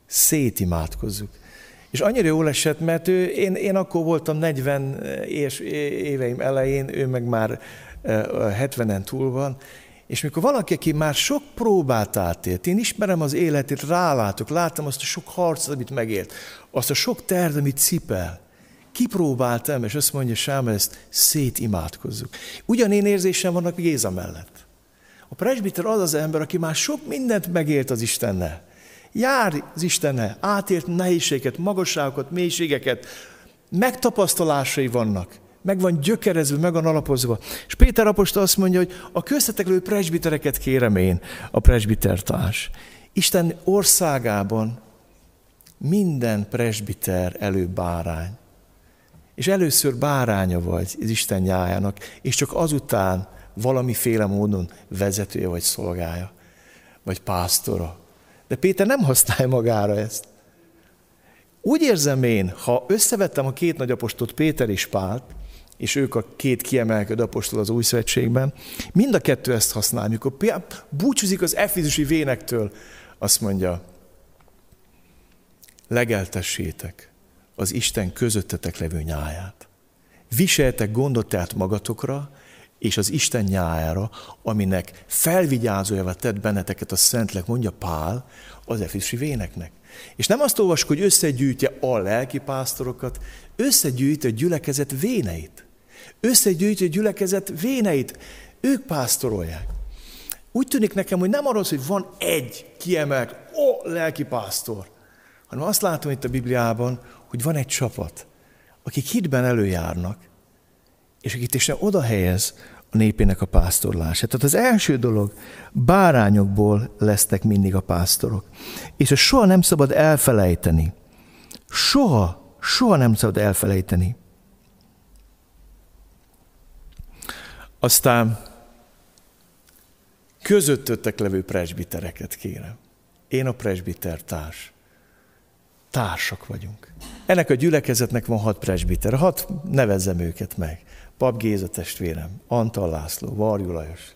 S3: Szétimádkozzuk. És annyira jól esett, mert én akkor voltam 40 éveim elején, ő meg már 70-en túl van, és mikor valaki, aki már sok próbát átélt, én ismerem az életét, rálátok, láttam azt a sok harcot, amit megélt, azt a sok terhet, amit cipel, kipróbáltam, és azt mondja, Sámuel, ezt szétimádkozzuk. Ugyanén érzésem vannak Géza mellett. A presbiter az az ember, aki már sok mindent megélt az Istennel. Jár az Istennel, átélt nehézségeket, magasságokat, mélységeket, megtapasztalásai vannak, meg van gyökerezve, meg van alapozva. És Péter apostol azt mondja, hogy a köztetek lévő presbitereket kérem én, a presbitertárs. Isten országában minden presbiter előbb bárány. És először báránya vagy az Isten nyájának, és csak azután valamiféle módon vezetője vagy szolgája, vagy pásztora. De Péter nem használja magára ezt. Úgy érzem én, ha összevettem a két nagy apostolt, Péter és Pált, és ők a két kiemelkedő apostol az Új Szövetségben, mind a kettő ezt használ. Mikor búcsúzik az efézusi vénektől, azt mondja, legeltessétek az Isten közöttetek levő nyáját. Viseljetek gondot tehát magatokra, és az Isten nyájára, aminek felvigyázójává tett benneteket a Szentlélek, mondja Pál az efézusi véneknek. És nem azt olvasjuk, hogy összegyűjtje a lelkipásztorokat, összegyűjti a gyülekezet véneit. Összegyűjti a gyülekezet véneit. Ők pásztorolják. Úgy tűnik nekem, hogy nem arról, hogy van egy kiemelt lelkipásztor, hanem azt látom itt a Bibliában, hogy van egy csapat, akik hitben előjárnak, és akit Isten oda helyez a népének a pásztorlását. Tehát az első dolog, bárányokból lesznek mindig a pásztorok. És ezt soha nem szabad elfelejteni. Soha nem szabad elfelejteni. Aztán közöttetek levő presbitereket kérem. Én a presbitertárs. Társak vagyunk. Ennek a gyülekezetnek van 6 presbiter. 6 nevezzem őket meg. Pap Géza testvérem, Antal László, Varjú Lajos,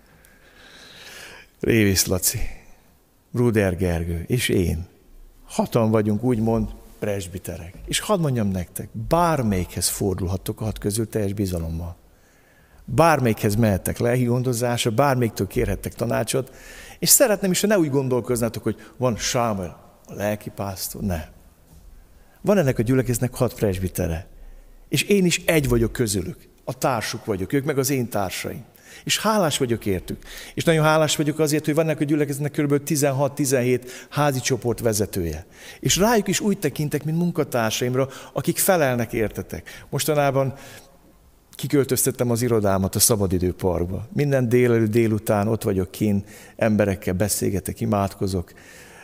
S3: Révész Laci, Bruder Gergő, és én. 6-an vagyunk úgymond presbiterek. És hadd mondjam nektek, bármelyikhez fordulhattok a 6 közül teljes bizalommal. Bármelyikhez mehettek lelki gondozásra, bármelyiktől kérhettek tanácsot, és szeretném is, ha ne úgy gondolkoznátok, hogy van Sámuel, a lelkipásztor, ne. Van ennek a gyülekezetnek 6 presbitere. És én is egy vagyok közülük. A társuk vagyok, ők meg az én társaim. És hálás vagyok értük. És nagyon hálás vagyok azért, hogy vannak a gyülekezetnek kb. 16-17 házi csoport vezetője. És rájuk is úgy tekintek, mint munkatársaimra, akik felelnek értetek. Mostanában kiköltöztettem az irodámat a Szabadidőparkba. Minden délelőtt, délután ott vagyok kint, emberekkel beszélgetek, imádkozok.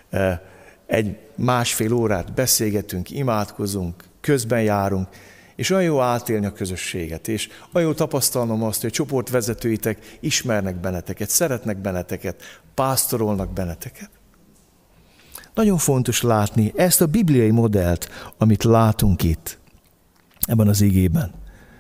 S3: 1-1,5 órát beszélgetünk, imádkozunk, közben járunk, és olyan jó átélni a közösséget, és olyan jó tapasztalnom azt, hogy a csoportvezetőitek ismernek benneteket, szeretnek benneteket, pásztorolnak benneteket. Nagyon fontos látni ezt a bibliai modellt, amit látunk itt, ebben az igében.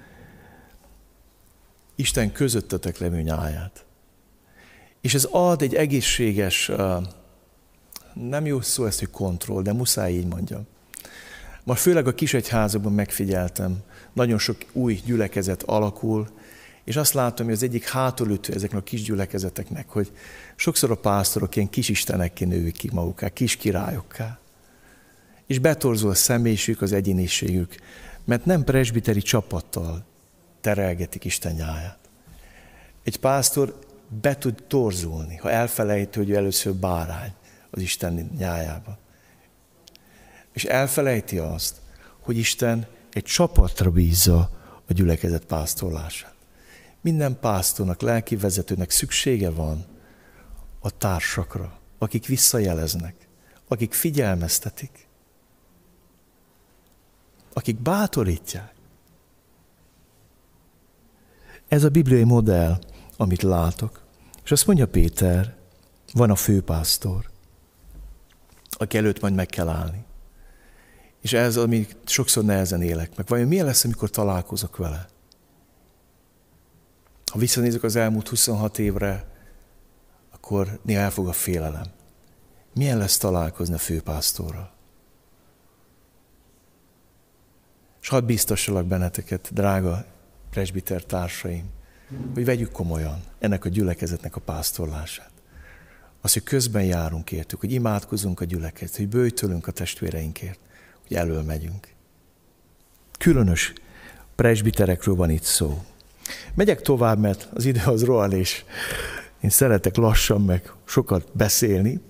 S3: Isten közöttetek levő nyáját. És ez ad egy egészséges, nem jó szó ez, hogy kontroll, de muszáj így mondjam. Ma főleg a kisegyházakban megfigyeltem, nagyon sok új gyülekezet alakul, és azt látom, hogy az egyik hátulütő ezeknek a kis gyülekezeteknek, hogy sokszor a pásztorok ilyen kis istenekké nőik ki magukká, kis királyokká. És betorzul a személyiségük, az egyéniségük, mert nem presbiteri csapattal terelgetik Isten nyáját. Egy pásztor be tud torzulni, ha elfelejti, hogy ő először bárány az Isten nyájában. És elfelejti azt, hogy Isten egy csapatra bízza a gyülekezet pásztorlását. Minden pásztornak, lelki vezetőnek szüksége van a társakra, akik visszajeleznek, akik figyelmeztetik, akik bátorítják. Ez a bibliai modell, amit látok. És azt mondja Péter, van a főpásztor, aki előtt majd meg kell állni. És ez, ami sokszor nehezen élek meg. Vajon milyen lesz, amikor találkozok vele? Ha visszanézek az elmúlt 26 évre, akkor néha elfog a félelem. Milyen lesz találkozni a főpásztorral? És hadd biztossalak benneteket, drága presbiter társaim, hogy vegyük komolyan ennek a gyülekezetnek a pásztorlását. Az, hogy közben járunk értük, hogy imádkozunk a gyülekezet, hogy böjtölünk a testvéreinkért, hogy elől megyünk. Különös presbiterekről van itt szó. Megyek tovább, mert az idő az rohan, és én szeretek lassan meg sokat beszélni.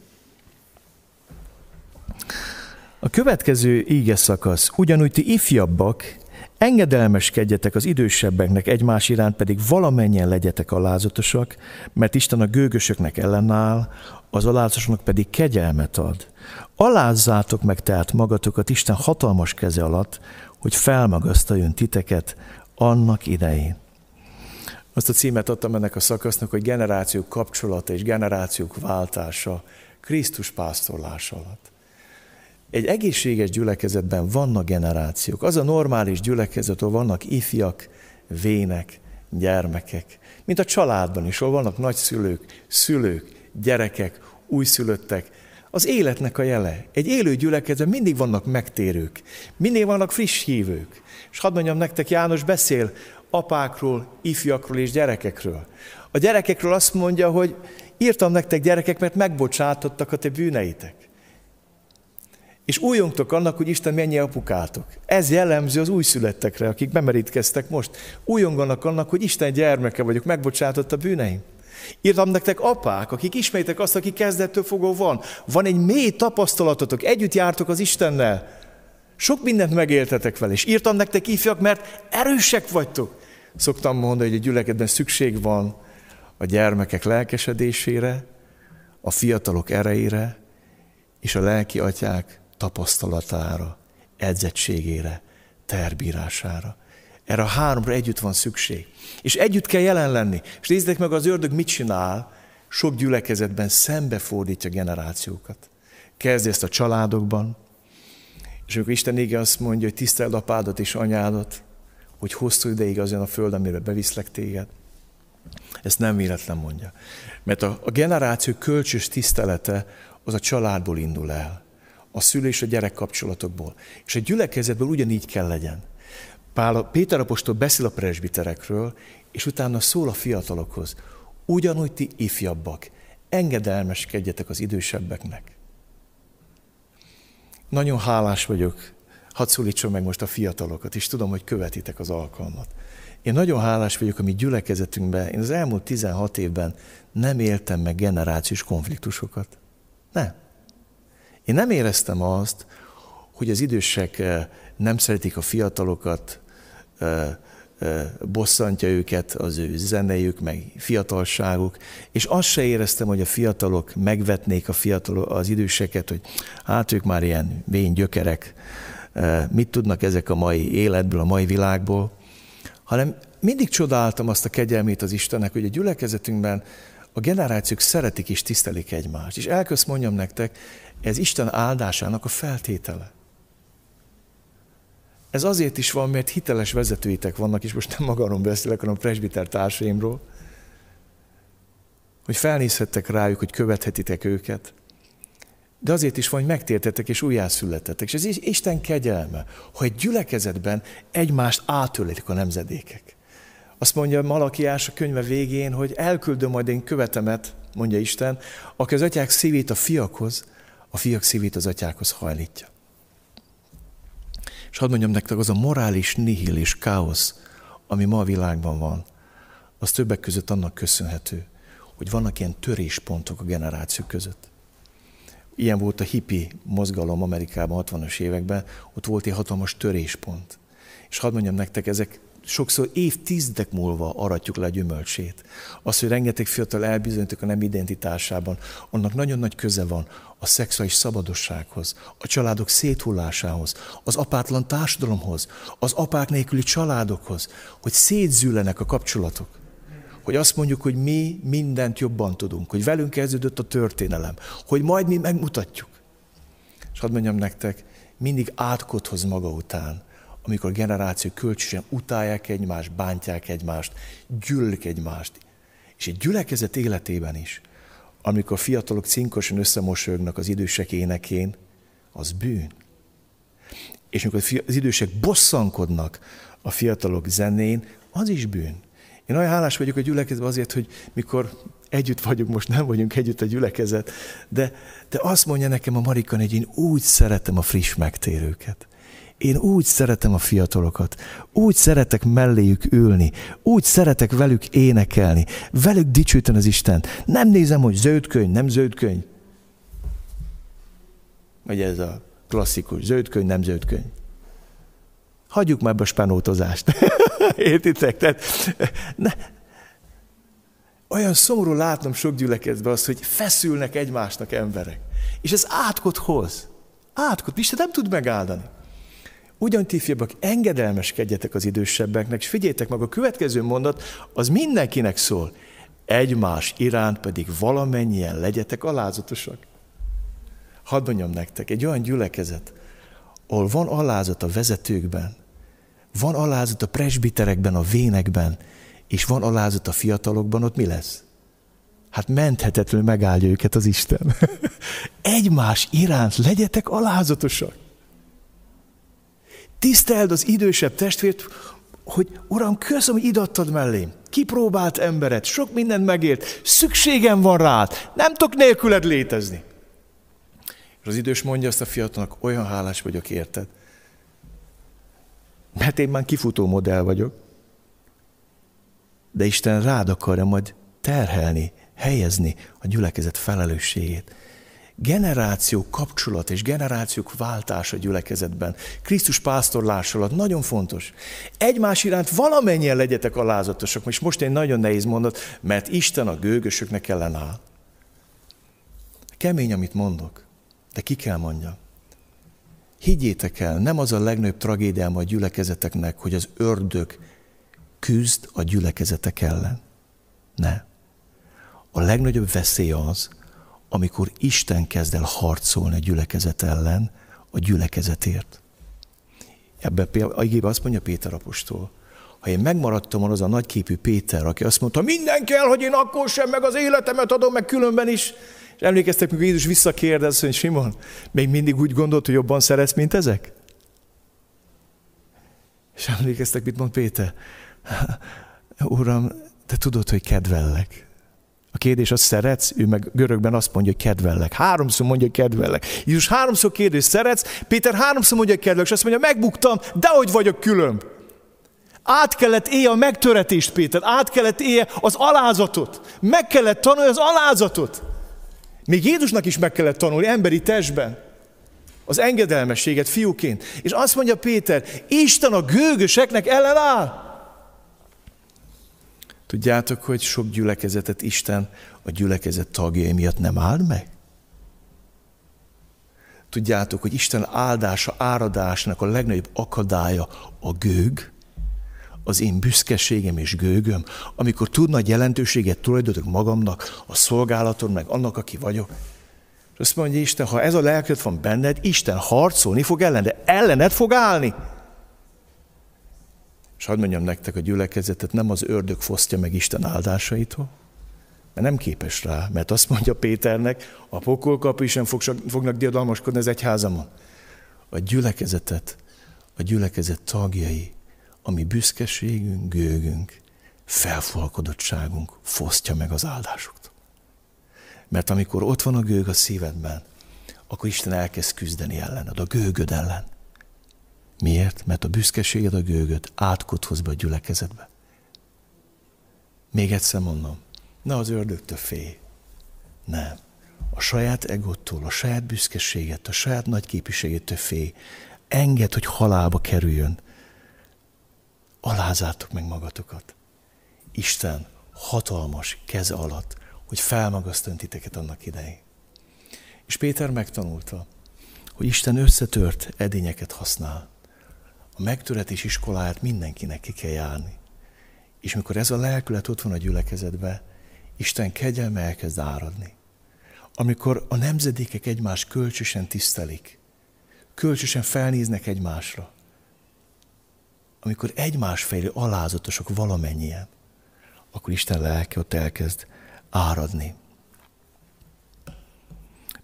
S3: A következő íge szakasz: ugyanúgy ti ifjabbak, engedelmeskedjetek az idősebbeknek, egymás iránt pedig valamennyien legyetek alázatosak, mert Isten a gőgösöknek ellenáll, az alázatosnak pedig kegyelmet ad. Alázzátok meg tehát magatokat Isten hatalmas keze alatt, hogy felmagasztaljon titeket annak idején. Azt a címet adtam ennek a szakasznak, hogy generációk kapcsolata és generációk váltása Krisztus pásztorlása alatt. Egy egészséges gyülekezetben vannak generációk. Az a normális gyülekezet, ahol vannak ifjak, vének, gyermekek. Mint a családban is, ahol vannak nagyszülők, szülők, gyerekek, újszülöttek. Az életnek a jele. Egy élő gyülekezetben mindig vannak megtérők, mindig vannak friss hívők. És hadd mondjam nektek, János beszél apákról, ifjakról és gyerekekről. A gyerekekről azt mondja, hogy írtam nektek gyerekek, mert megbocsátottak a te bűneitek. És újjongtok annak, hogy Isten mennyi apukátok. Ez jellemző az újszülöttekre, akik bemerítkeztek most. Újjonganak annak, hogy Isten gyermeke vagyok, megbocsátott a bűneim. Írtam nektek apák, akik ismeritek azt, aki kezdettől fogva van. Van egy mély tapasztalatotok, együtt jártok az Istennel. Sok mindent megéltetek vele, és írtam nektek ifjak, mert erősek vagytok. Szoktam mondani, hogy a gyülekezetben szükség van a gyermekek lelkesedésére, a fiatalok erejére, és a lelki atyák tapasztalatára, edzettségére, terbírására. Erre a háromra együtt van szükség. És együtt kell jelen lenni. És nézzétek meg, az ördög mit csinál, sok gyülekezetben szembefordítja generációkat. Kezdj ezt a családokban, és amikor Isten ége azt mondja, hogy tiszteld apádat és anyádat, hogy hosszú ideig azon a föld, amire beviszlek téged. Ezt nem véletlen mondja. Mert a generáció kölcsös tisztelete az a családból indul el. A szülő és a gyerek kapcsolatokból. És a gyülekezetből ugyanígy kell legyen. Péter apostol beszél a presbiterekről, és utána szól a fiatalokhoz. Ugyanúgy ti ifjabbak, engedelmeskedjetek az idősebbeknek. Nagyon hálás vagyok, hadd szólítsam meg most a fiatalokat, és tudom, hogy követitek az alkalmat. Én nagyon hálás vagyok, ami gyülekezetünkben, én az elmúlt 16 évben nem éltem meg generációs konfliktusokat. Nem. Én nem éreztem azt, hogy az idősek nem szeretik a fiatalokat, bosszantja őket az ő zenejük, meg fiatalságuk, és azt se éreztem, hogy a fiatalok megvetnék az időseket, hogy hát ők már ilyen vén gyökerek, mit tudnak ezek a mai életből, a mai világból, hanem mindig csodáltam azt a kegyelmét az Istennek, hogy a gyülekezetünkben a generációk szeretik és tisztelik egymást. És elközt mondjam nektek, ez Isten áldásának a feltétele. Ez azért is van, mert hiteles vezetőitek vannak, és most nem magamról beszélek, hanem a presbiter társaimról, hogy felnézhettek rájuk, hogy követhetitek őket, de azért is van, hogy megtértetek és újjászülettetek. És ez Isten kegyelme, hogy egy gyülekezetben egymást átölelik a nemzedékek. Azt mondja Malakiás a könyve végén, hogy elküldöm majd én követemet, mondja Isten, aki az atyák szívét a fiakhoz, a fiak szívét az atyákhoz hajlítja. És hadd mondjam nektek, az a morális nihil és káosz, ami ma a világban van, az többek között annak köszönhető, hogy vannak ilyen töréspontok a generációk között. Ilyen volt a hippi mozgalom Amerikában 60-as években, ott volt egy hatalmas töréspont. És hadd mondjam nektek, ezek sokszor évtizedek múlva aratjuk le a gyümölcsét. Az, hogy rengeteg fiatal elbizonyítok a nem identitásában, annak nagyon nagy köze van a szexuális szabadossághoz, a családok széthullásához, az apátlan társadalomhoz, az apák nélküli családokhoz, hogy szétzűlenek a kapcsolatok. Hogy azt mondjuk, hogy mi mindent jobban tudunk, hogy velünk kezdődött a történelem, hogy majd mi megmutatjuk. És hadd mondjam nektek, mindig átkodhoz maga után, amikor a generációk kölcsönösen utálják egymást, bántják egymást, gyűlölik egymást. És egy gyülekezet életében is amikor a fiatalok cinkosan összemosolyognak az idősek énekén, az bűn. És amikor az idősek bosszankodnak a fiatalok zenén, az is bűn. Én olyan hálás vagyok a gyülekezetben azért, hogy mikor együtt vagyunk, most nem vagyunk együtt a gyülekezet, de azt mondja nekem a Marika, hogy én úgy szeretem a friss megtérőket. Én úgy szeretem a fiatalokat, úgy szeretek melléjük ülni, úgy szeretek velük énekelni, velük dicsőíteni az Istent. Nem nézem, hogy zöld könyv, nem zöld könyv. Vagy ez a klasszikus, zöld könyv, nem zöld könyv. Hagyjuk már ebbe a spenótozást. Értitek? Tehát, olyan szomorú látnom sok gyülekezetben azt, hogy feszülnek egymásnak emberek. És ez átkot hoz. Átkot. Isten nem tud megáldani. Ugyan ti fiabbak, engedelmeskedjetek az idősebbeknek, és figyeljétek meg, a következő mondat, az mindenkinek szól. Egymás iránt pedig valamennyien legyetek alázatosak. Hadd mondjam nektek, egy olyan gyülekezet, ahol van alázat a vezetőkben, van alázat a presbiterekben, a vénekben, és van alázat a fiatalokban, ott mi lesz? Hát menthetetlenül megáldja őket az Isten. Egymás iránt legyetek alázatosak. Tiszteld az idősebb testvért, hogy Uram, köszönöm, hogy idaadtad mellém. Kipróbált embered, sok mindent megért, szükségem van rád, nem tudok nélküled létezni. És az idős mondja azt a fiatalnak, olyan hálás vagyok érted. Mert én már kifutó modell vagyok. De Isten rád akarja majd terhelni, helyezni a gyülekezet felelősségét. Generáció kapcsolat és generációk váltása a gyülekezetben. Krisztus pásztorlás alatt nagyon fontos. Egymás iránt valamennyien legyetek alázatosak. És most egy nagyon nehéz mondat, mert Isten a gőgösöknek ellenáll. Kemény, amit mondok, de ki kell mondjam. Higgyétek el, nem az a legnagyobb tragédiáma a gyülekezeteknek, hogy az ördög küzd a gyülekezetek ellen. Ne. A legnagyobb veszély az, amikor Isten kezd el harcolni a gyülekezet ellen, a gyülekezetért. Ebben azt mondja Péter apostol, ha én megmaradtam volna az a nagyképű Péter, aki azt mondta, minden kell, hogy én akkor sem, meg az életemet adom, meg különben is. És emlékeztek, mikor Jézus visszakérdez, hogy Simon, még mindig úgy gondolt, hogy jobban szeretsz, mint ezek? És emlékeztek, mit mond Péter? Uram, te tudod, hogy kedvellek. A kérdés az, szeretsz? Ő meg görögben azt mondja, hogy kedvellek. 3-szor mondja, hogy kedvellek. Jézus 3-szor kérdés, szeretsz? Péter 3-szor mondja, hogy kedvellek, és azt mondja, megbuktam, de hogy vagyok különb. Át kellett élje a megtöretést, Péter, át kellett élje az alázatot. Meg kellett tanulni az alázatot. Még Jézusnak is meg kellett tanulni emberi testben. Az engedelmességet fiúként. És azt mondja Péter, Isten a gőgöseknek ellenáll. Tudjátok, hogy sok gyülekezetet Isten a gyülekezet tagjai miatt nem áld meg? Tudjátok, hogy Isten áldása, áradásnak a legnagyobb akadálya a gőg, az én büszkeségem és gőgöm, amikor tud nagy jelentőséget tulajdonítok magamnak, a szolgálaton, meg annak, aki vagyok. És azt mondja Isten, ha ez a lelked van benned, Isten harcolni fog ellen, de ellened fog állni. És hadd mondjam nektek, a gyülekezetet nem az ördög fosztja meg Isten áldásaitól, mert nem képes rá, mert azt mondja Péternek, a pokolkapu is sem fognak diadalmaskodni az egyházamon. A gyülekezetet, a gyülekezet tagjai, a mi büszkeségünk, gőgünk, felfalkodottságunk fosztja meg az áldásoktól. Mert amikor ott van a gőg a szívedben, akkor Isten elkezd küzdeni ellened, a gőgöd ellen. Miért? Mert a büszkeséged, a gőgöd átkot hoz be a gyülekezetbe. Még egyszer mondom, ne az ördögtől félj. Nem. A saját egottól, a saját büszkeséget, a saját nagyképűségétől félj. Engedd, hogy halálba kerüljön. Alázátok meg magatokat. Isten hatalmas keze alatt, hogy felmagasztaljon titeket annak idején. És Péter megtanulta, hogy Isten összetört edényeket használ. A megtöretés iskoláját mindenkinek ki kell járni. És mikor ez a lelkület ott van a gyülekezetben, Isten kegyelme elkezd áradni. Amikor a nemzedékek egymást kölcsösen tisztelik, kölcsösen felnéznek egymásra, amikor egymás felé alázatosok valamennyien, akkor Isten lelke ott elkezd áradni.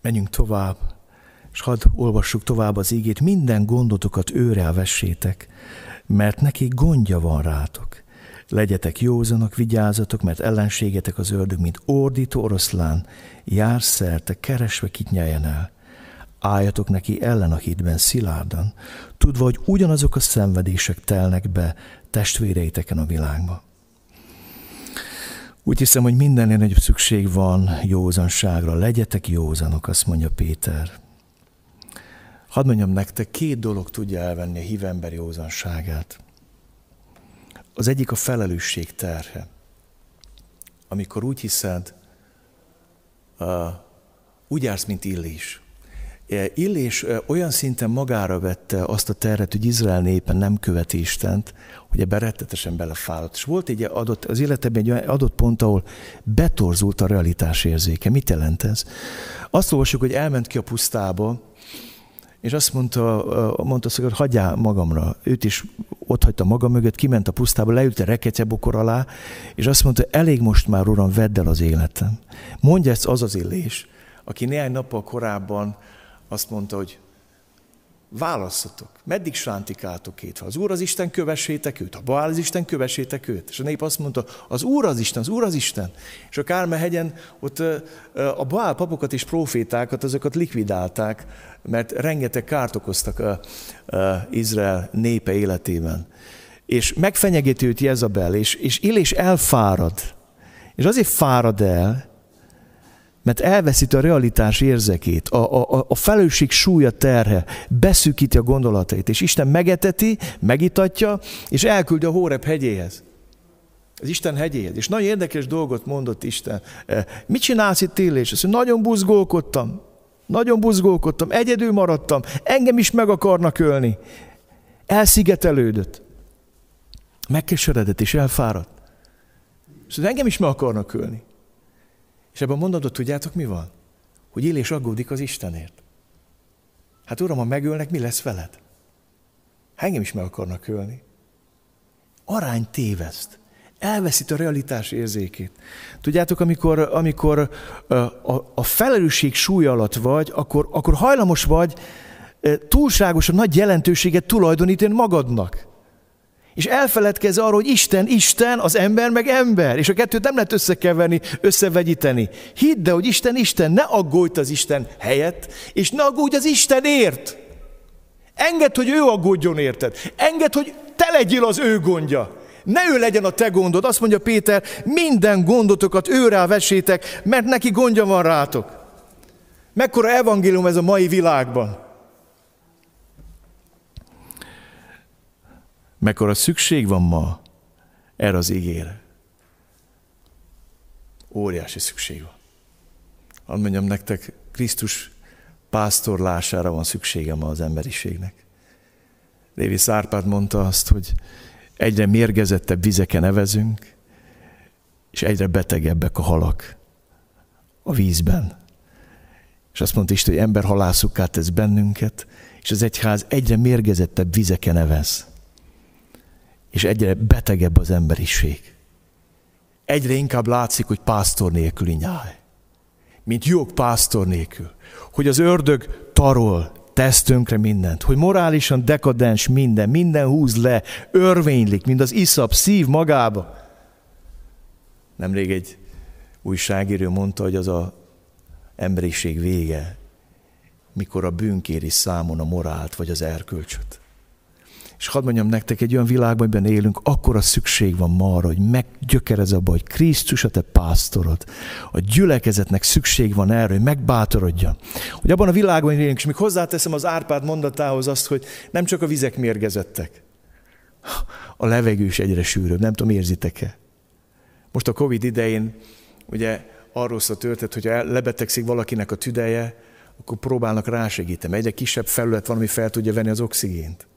S3: Menjünk tovább, és hadd olvassuk tovább az ígét. Minden gondotokat őre vessétek, mert neki gondja van rátok. Legyetek józanok, vigyázzatok, mert ellenségetek az ördög, mint ordító oroszlán, jár szerte, keresve kit nyeljen el. Álljatok neki ellen a hitben szilárdan, tudva, hogy ugyanazok a szenvedések telnek be testvéreiteken a világba. Úgy hiszem, hogy mindennél nagyobb szükség van józanságra. Legyetek józanok, azt mondja Péter. Hadd mondjam nektek, 2 dolog tudja elvenni a hívember józanságát. Az egyik a felelősség terhe. Amikor úgy hiszed, úgy jársz, mint Illés. Illés olyan szinten magára vette azt a terhet, hogy Izrael népe nem követi Istent, hogy ebben rettetesen belefáradt. És volt az életében egy olyan adott pont, ahol betorzult a realitás érzéke. Mit jelent ez? Azt olvassuk, hogy elment ki a pusztába, és azt mondta hogy hagyjál magamra. Őt is ott hagyta maga mögött, kiment a pusztába, leült a reketyebokor alá, és azt mondta, elég most már, Uram, vedd el az életem. Mondja ezt az az Illés, aki néhány nappal korábban azt mondta, hogy válasszatok, meddig sántikáltok két? Ha az Úr az Isten, kövessétek őt, ha Baál az Isten, kövessétek őt. És a nép azt mondta, az Úr az Isten, az Úr az Isten. És a Kármel-hegyen ott a Baál papokat és prófétákat, azokat likvidálták, mert rengeteg kárt okoztak Izrael népe életében. És megfenyegeti őt Jezabel, és Illés elfárad. És azért fárad el, mert elveszít a realitás érzekét, a felelősség súlya terhe, beszűkíti a gondolatait, és Isten megeteti, megitatja, és elküldi a Hóreb hegyéhez. Az Isten hegyéhez. És nagyon érdekes dolgot mondott Isten. Mit csinálsz itt, Illés? Azt mondja, nagyon buzgolkodtam, egyedül maradtam, engem is meg akarnak ölni. Elszigetelődött. Megkeseredett és elfáradt. Szóval engem is meg akarnak ölni. És ebben a mondatot tudjátok, mi van? Hogy Illés aggódik az Istenért. Hát Uram, ha megölnek, mi lesz veled? Engem is meg akarnak ölni. Arány téveszt. Elveszít a realitás érzékét. Tudjátok, amikor a felelősség súlya alatt vagy, akkor hajlamos vagy túlságosan nagy jelentőséget tulajdonítani magadnak. És elfeledkezz arról, hogy Isten, az ember meg ember. És a kettőt nem lehet összekeverni, összevegyíteni. Hidd el, hogy Isten, ne aggódj az Isten helyett, és ne aggódj az Istenért. Engedd, hogy ő aggódjon érted. Engedd, hogy te legyél az ő gondja. Ne ő legyen a te gondod. Azt mondja Péter, minden gondotokat őrá vessétek, mert neki gondja van rátok. Mekkora evangélium ez a mai világban. Mekkora szükség van ma erre az ígére. Óriási szükség van. Hadd mondjam nektek, Krisztus pásztorlására van szüksége ma az emberiségnek. Lévi Árpád mondta azt, hogy egyre mérgezettebb vizeken evezünk, és egyre betegebbek a halak a vízben. És azt mondta Isten, hogy emberhalászukká tesz bennünket, és az egyház egyre mérgezettebb vizeken evez. És egyre betegebb az emberiség. Egyre inkább látszik, hogy pásztor nélküli nyáj. Mint jog pásztor nélkül. Hogy az ördög tarol, tesz tönkre mindent. Hogy morálisan dekadens minden húz le, örvénylik, mint az iszap szív magába. Nemrég egy újságíró mondta, hogy az az emberiség vége, mikor a bűn kéri számon a morált vagy az erkölcsöt. És hadd mondjam nektek, egy olyan világban, amiben élünk, akkora szükség van ma arra, hogy meggyökerez abba, hogy Krisztus a te pásztorod. A gyülekezetnek szükség van erre, hogy megbátorodjon. Hogy abban a világban élünk, és még hozzáteszem az Árpád mondatához azt, hogy nem csak a vizek mérgezettek. A levegő is egyre sűrűbb, nem tudom, érzitek-e? Most a Covid idején, ugye arról szó történt, hogy lebetegszik valakinek a tüdeje, akkor próbálnak rásegíteni. Egyre kisebb felület van, ami fel tudja venni az oxigént.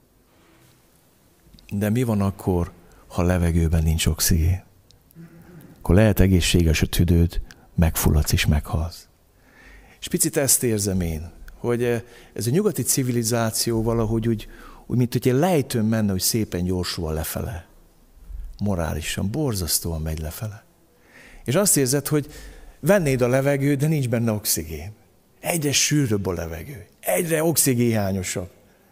S3: De mi van akkor, ha a levegőben nincs oxigén? Akkor lehet egészséges a tüdőd, megfulladsz és meghalsz. És picit ezt érzem én, hogy ez a nyugati civilizáció valahogy úgy mint hogy egy lejtőn menne, hogy szépen gyorsul lefele. Morálisan, borzasztóan megy lefele. És azt érzed, hogy vennéd a levegőt, de nincs benne oxigén. Egyre sűrűbb a levegő, egyre oxigénhiányosabb.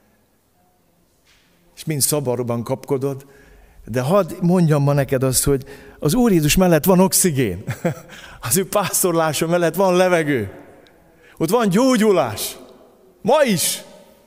S3: És mind szabadban kapkodod, de hadd mondjam ma neked azt, hogy az Úr Jézus mellett van oxigén. Az ő pásztorlása mellett van levegő. Ott van gyógyulás. Ma is.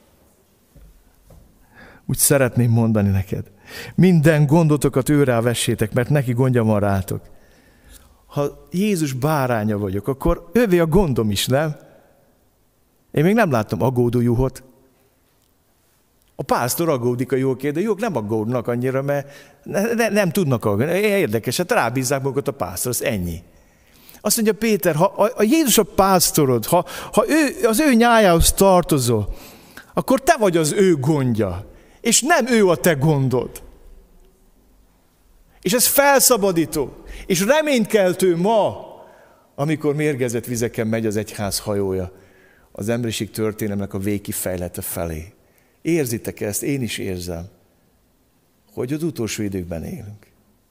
S3: Úgy szeretném mondani neked. Minden gondotokat őrá vessétek, mert neki gondja van rátok. Ha Jézus báránya vagyok, akkor ővé a gondom is, nem? Én még nem láttam aggódó juhot. A pásztor aggódik a juhokért, de juhok nem aggódnak annyira, mert nem tudnak aggódni. Érdekes, hát rábízzák magukat a pásztor, az ennyi. Azt mondja Péter, ha a Jézus a pásztorod, ha ő, az ő nyájához tartozol, akkor te vagy az ő gondja, és nem ő a te gondod. És ez felszabadító, és reménykeltő ma, amikor mérgezett vizeken megy az egyház hajója az emberiség történelmek a végkifejlete felé. Érzitek ezt? Én is érzem, hogy az utolsó időkben élünk.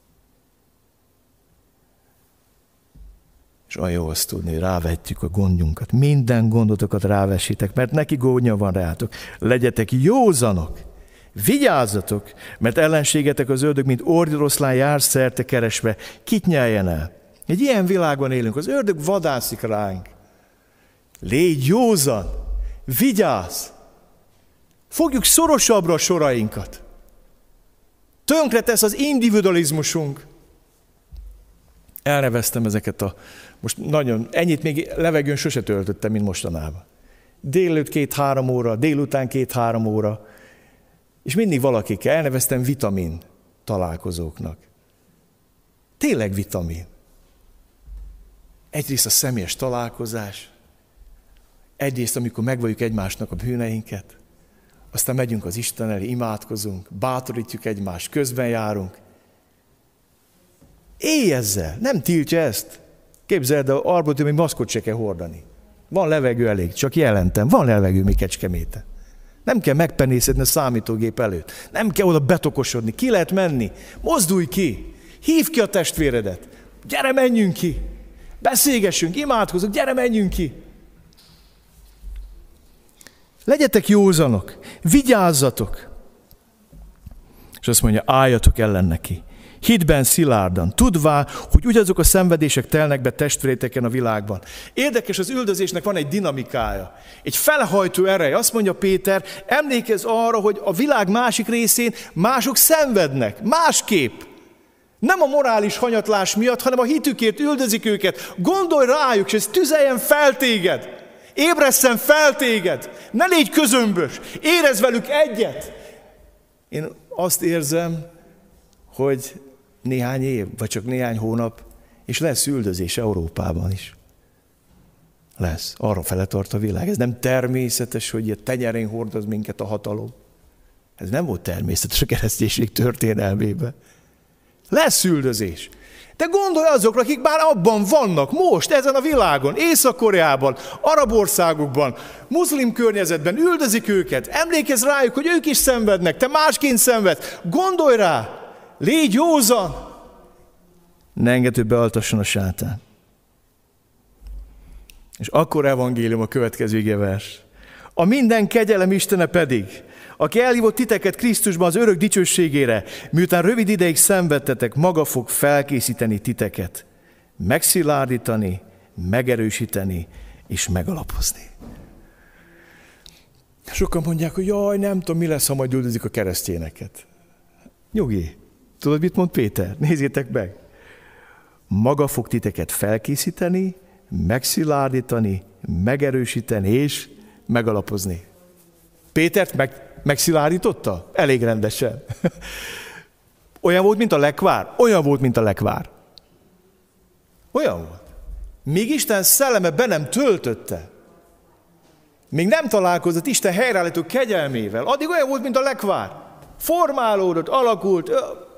S3: És olyan jó azt tudni, hogy rávetjük a gondjunkat. Minden gondotokat rávessitek, mert neki gondja van rátok. Legyetek józanok, vigyázzatok, mert ellenségetek az ördög, mint ordiroszlán jár szerte keresve. Kit nyeljen el? Egy ilyen világban élünk, az ördög vadászik ránk. Légy józan, vigyázz! Fogjuk szorosabbra a sorainkat. Tönkretesz az individualizmusunk. Elneveztem ezeket most nagyon, ennyit még levegőn sose töltöttem, mint mostanában. Délelőtt 2-3 óra, délután 2-3 óra, és mindig valakikkel elneveztem vitamin találkozóknak. Tényleg vitamin. Egyrészt a személyes találkozás, egyrészt amikor megvalljuk egymásnak a bűneinket, aztán megyünk az Isten elé, imádkozunk, bátorítjuk egymást, közben járunk. Élj ezzel, nem tiltja ezt. Képzeld, a Arbotől még maszkot se kell hordani. Van levegő elég, csak jelentem, van levegő még Kecskeméten. Nem kell megpenészetni a számítógép előtt. Nem kell oda betokosodni, ki lehet menni. Mozdulj ki, hívd ki a testvéredet. Gyere, menjünk ki. Beszélgessünk, imádkozunk, gyere, menjünk ki. Legyetek józanok, vigyázzatok. És azt mondja, álljatok ellen neki. Hitben szilárdan, tudvá, hogy ugyanazok a szenvedések telnek be testvéreteken a világban. Érdekes, az üldözésnek van egy dinamikája, egy felhajtó ereje. Azt mondja Péter, emlékezz arra, hogy a világ másik részén mások szenvednek, másképp. Nem a morális hanyatlás miatt, hanem a hitükért üldözik őket. Gondolj rájuk, és ez tüzeljen fel téged. Ébresszen fel téged. Ne légy közömbös. Érezz velük egyet. Én azt érzem, hogy néhány év, vagy csak néhány hónap, és lesz üldözés Európában is. Lesz. Arra fele tart a világ. Ez nem természetes, hogy a tenyerén hordoz minket a hatalom. Ez nem volt természetes a kereszténység történelmében. Lesz üldözés. De gondolj azokra, akik már abban vannak, most, ezen a világon, Észak-Koreában, arab országokban, muszlim környezetben, üldözik őket. Emlékezz rájuk, hogy ők is szenvednek, te másként szenvedsz. Gondolj rá, légy józan. Ne engedd, hogy bealtasson a sátán. És akkor evangélium a következő igevers. A minden kegyelem Istene pedig, aki elhívott titeket Krisztusban az örök dicsőségére, miután rövid ideig szenvedtetek, maga fog felkészíteni titeket, megszilárdítani, megerősíteni és megalapozni. Sokan mondják, hogy jaj, nem tudom, mi lesz, ha majd üldözik a keresztényeket. Nyugi, tudod, mit mond Péter? Nézzétek meg. Maga fog titeket felkészíteni, megszilárdítani, megerősíteni és megalapozni. Pétert megszilárdította? Elég rendesen. Olyan volt, mint a lekvár? Olyan volt, mint a lekvár. Olyan volt. Míg Isten szelleme be nem töltötte, még nem találkozott Isten helyreállító kegyelmével, addig olyan volt, mint a lekvár. Formálódott, alakult.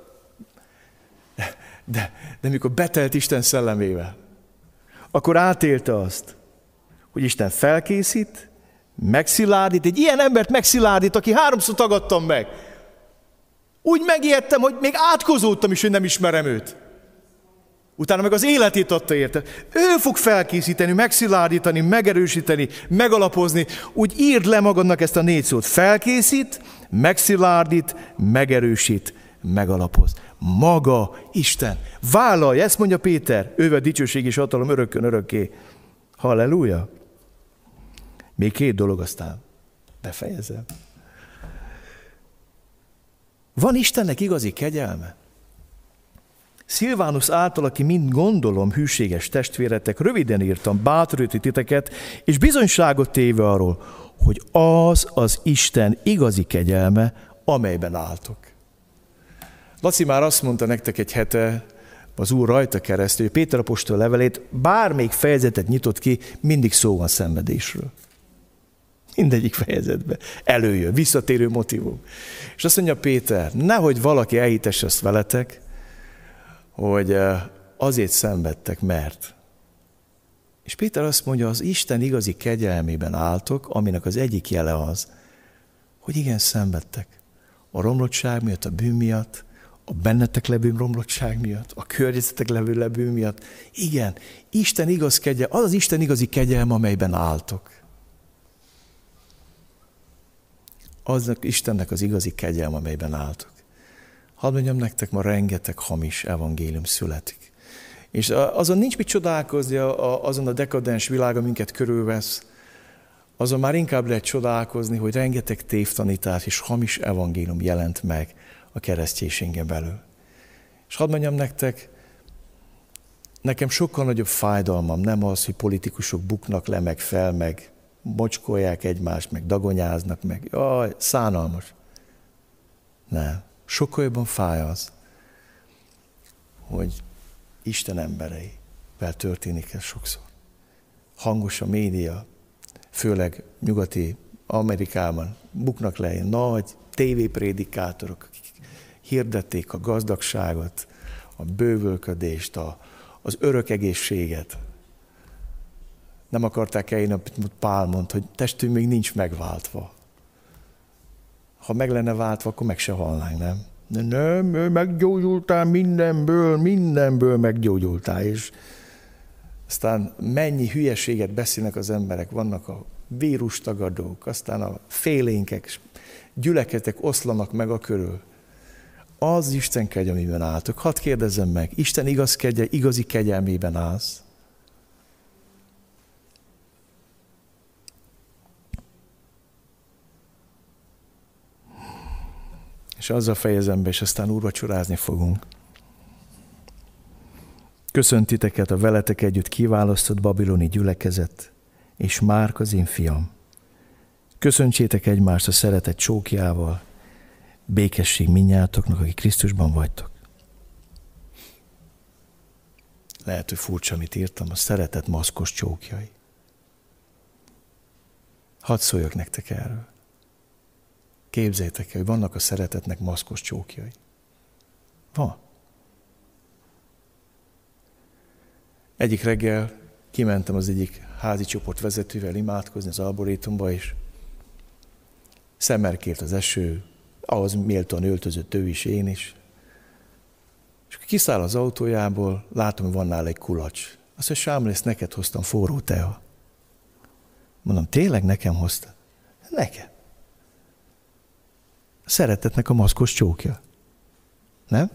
S3: De mikor betelt Isten szellemével, akkor átélte azt, hogy Isten felkészít, megszilárdít, egy ilyen embert megszilárdít, aki 3-szor tagadtam meg. Úgy megijedtem, hogy még átkozódtam is, hogy nem ismerem őt. Utána meg az életét adta érte. Ő fog felkészíteni, megszilárdítani, megerősíteni, megalapozni. Úgy írd le magadnak ezt a 4 szót. Felkészít, megszilárdít, megerősít, megalapoz. Maga Isten. Vállalja, ezt mondja Péter. Őve dicsőség és hatalom örökkön örökké. Halleluja. Még 2 dolog, aztán befejezem. Van Istennek igazi kegyelme? Szilvánusz által, aki mind gondolom hűséges testvéretek, röviden írtam, bátorítani titeket, és bizonyságot téve arról, hogy az Isten igazi kegyelme, amelyben álltok. Laci már azt mondta nektek egy hete, az Úr rajta keresztül, hogy Péter apostol levelét, bármelyik fejezetet nyitott ki, mindig szó van szenvedésről. Mindegyik fejezetben előjön, visszatérő motivum. És azt mondja Péter, nehogy valaki elhitesse azt veletek, hogy azért szenvedtek, mert. És Péter azt mondja, az Isten igazi kegyelmében álltok, aminek az egyik jele az, hogy igen, szenvedtek. A romlottság miatt, a bűn miatt, a bennetek levő romlottság miatt, a környezetek levő bűn miatt. Igen, Isten igaz kegyelme, az az Isten igazi kegyelme, amelyben álltok. Az Istennek az igazi kegyelme, amelyben álltok. Hadd mondjam nektek, ma rengeteg hamis evangélium születik. És azon nincs mit csodálkozni, azon a dekadens világ, minket körülvesz, azon már inkább lehet csodálkozni, hogy rengeteg tévtanítás és hamis evangélium jelent meg a kereszténységen belül. És hadd mondjam nektek, nekem sokkal nagyobb fájdalmam nem az, hogy politikusok buknak le, meg fel, meg mocskolják egymást, meg dagonyáznak, meg jaj, szánalmas. Nem. Sokkal jobban fáj az, hogy Isten embereivel történik ez sokszor. Hangos a média, főleg nyugati Amerikában buknak le ilyen nagy tévéprédikátorok, akik hirdették a gazdagságot, a bővölködést, az örök egészséget. Nem akarták eljönni, amit Pál mondta, hogy testünk még nincs megváltva. Ha meg lenne váltva, akkor meg se halnánk, nem? De nem, meggyógyultál mindenből meggyógyultál, és aztán mennyi hülyeséget beszélnek az emberek, vannak a vírustagadók, aztán a félénkek, gyülekezetek oszlanak meg a körül. Az Isten kegyelmében álltok. Hadd kérdezzem meg, Isten igazi kegyelmében állsz? És azzal fejezem be, és aztán úrvacsorázni fogunk. Köszönt titeket a veletek együtt kiválasztott babiloni gyülekezet, és Márk az én fiam. Köszöntsétek egymást a szeretet csókjával, békesség mindnyájatoknak, akik Krisztusban vagytok. Lehet, hogy furcsa, amit írtam, a szeretet maszkos csókjai. Hadd szóljak nektek erről. Képzeljétek el, hogy vannak a szeretetnek maszkos csókjai. Van. Egyik reggel kimentem az egyik házi csoport vezetővel imádkozni az arborétumba, és szemerkélt az eső, ahhoz méltóan öltözött ő is, én is. És kiszáll az autójából, látom, hogy van nála egy kulacs. Azt mondja, Sámuel, ezt neked hoztam, forró tea. Mondom, tényleg nekem hoztad? Nekem. A szeretetnek a maszkos csókja. Nem?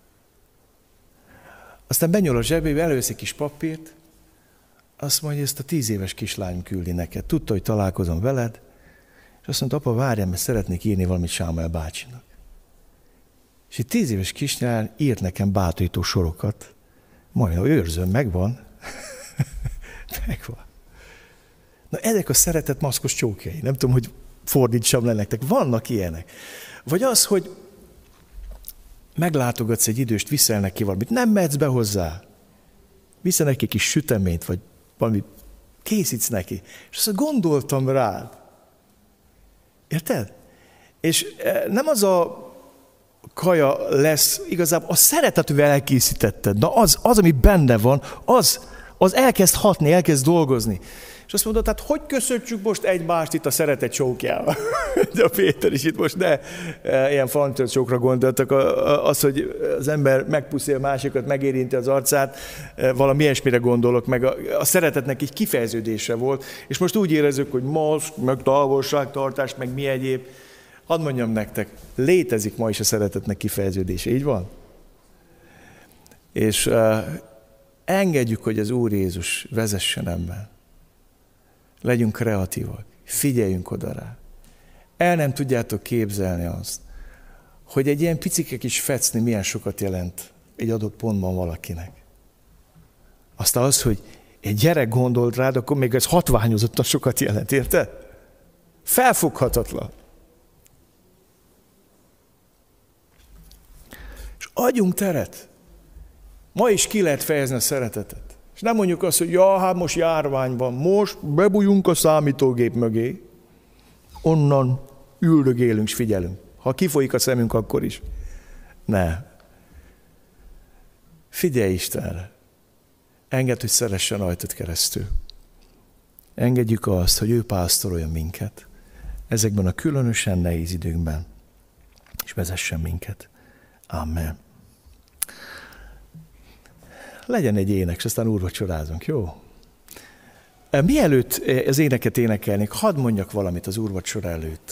S3: Aztán benyúl a zsebébe, elővesz egy kis papírt, azt mondja, ezt a 10 éves kislányom küldi neked. Tudta, hogy találkozom veled, és azt mondta, apa, várjál, mert szeretnék írni valamit Sámuel bácsinak. És egy 10 éves kislány írt nekem bátorító sorokat. Majd őrzöm, megvan. Megvan. Na, ezek a szeretet maszkos csókjai. Nem tudom, hogy fordítsam le nektek. Vannak ilyenek. Vagy az, hogy meglátogatsz egy időst, viszel neki valamit, nem mehetsz be hozzá. Viszel neki egy kis süteményt, vagy valamit készítsz neki. És azt gondoltam rád. Érted? És nem az a kaja lesz, igazából a szeretet, amivel elkészítetted. Na az, ami benne van, az elkezd hatni, elkezd dolgozni. És azt mondod, hát hogy köszöntsük most egymást itt a szeretet csókjával? De a Péter is itt most ne ilyen fantos csókra gondoltak, az, hogy az ember megpuszil a másikat, megérinti az arcát, valami ilyesmire gondolok, meg a szeretetnek egy kifejeződése volt, és most úgy érezzük, hogy maszk, meg távolságtartás, meg mi egyéb. Hadd mondjam nektek, létezik ma is a szeretetnek kifejeződése, így van? És engedjük, hogy az Úr Jézus vezessen ebben. Legyünk kreatívak, figyeljünk oda rá. El nem tudjátok képzelni azt, hogy egy ilyen picike kis fecni milyen sokat jelent egy adott pontban valakinek. Aztán az, hogy egy gyerek gondolt rád, akkor még ez hatványozottan sokat jelent, érted? Felfoghatatlan. És adjunk teret. Ma is ki lehet fejezni a szeretetet. És nem mondjuk azt, hogy ja, hát most járvány van, most bebújunk a számítógép mögé, onnan üldögélünk és figyelünk. Ha kifolyik a szemünk, akkor is. Ne. Figyelj Istenre. Engedd, hogy szeressen rajtad keresztül. Engedjük azt, hogy ő pásztoroljon minket ezekben a különösen nehéz időkben, és vezessen minket. Amen. Legyen egy ének, és aztán úrvacsorázunk, jó? Mielőtt az éneket énekelnék, hadd mondjak valamit az úrvacsora előtt.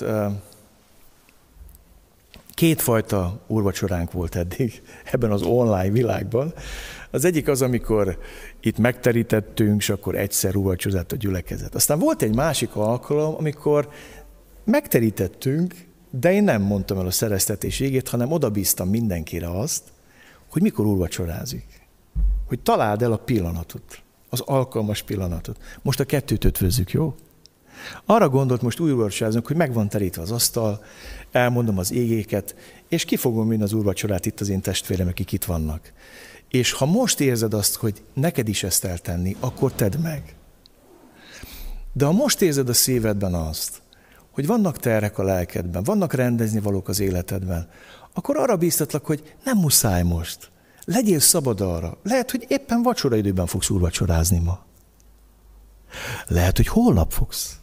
S3: Kétfajta úrvacsoránk volt eddig ebben az online világban. Az egyik az, amikor itt megterítettünk, és akkor egyszer úrvacsorázott a gyülekezet. Aztán volt egy másik alkalom, amikor megterítettünk, de én nem mondtam el a szereztetés égét, hanem odabíztam mindenkire azt, hogy mikor úrvacsorázik. Hogy találd el a pillanatot, az alkalmas pillanatot. Most a kettőt ötvözzük, jó? Arra gondolt, most úrvacsorázunk, hogy meg van terítve az asztal, elmondom az égéket, és kifogom vinni az úrvacsorát itt az én testvérem, akik itt vannak. És ha most érzed azt, hogy neked is ezt eltenni, akkor tedd meg. De ha most érzed a szívedben azt, hogy vannak terhek a lelkedben, vannak rendezni valók az életedben, akkor arra bíztatlak, hogy nem muszáj most. Legyél szabad arra. Lehet, hogy éppen vacsoraidőben fogsz úrvacsorázni ma. Lehet, hogy holnap fogsz.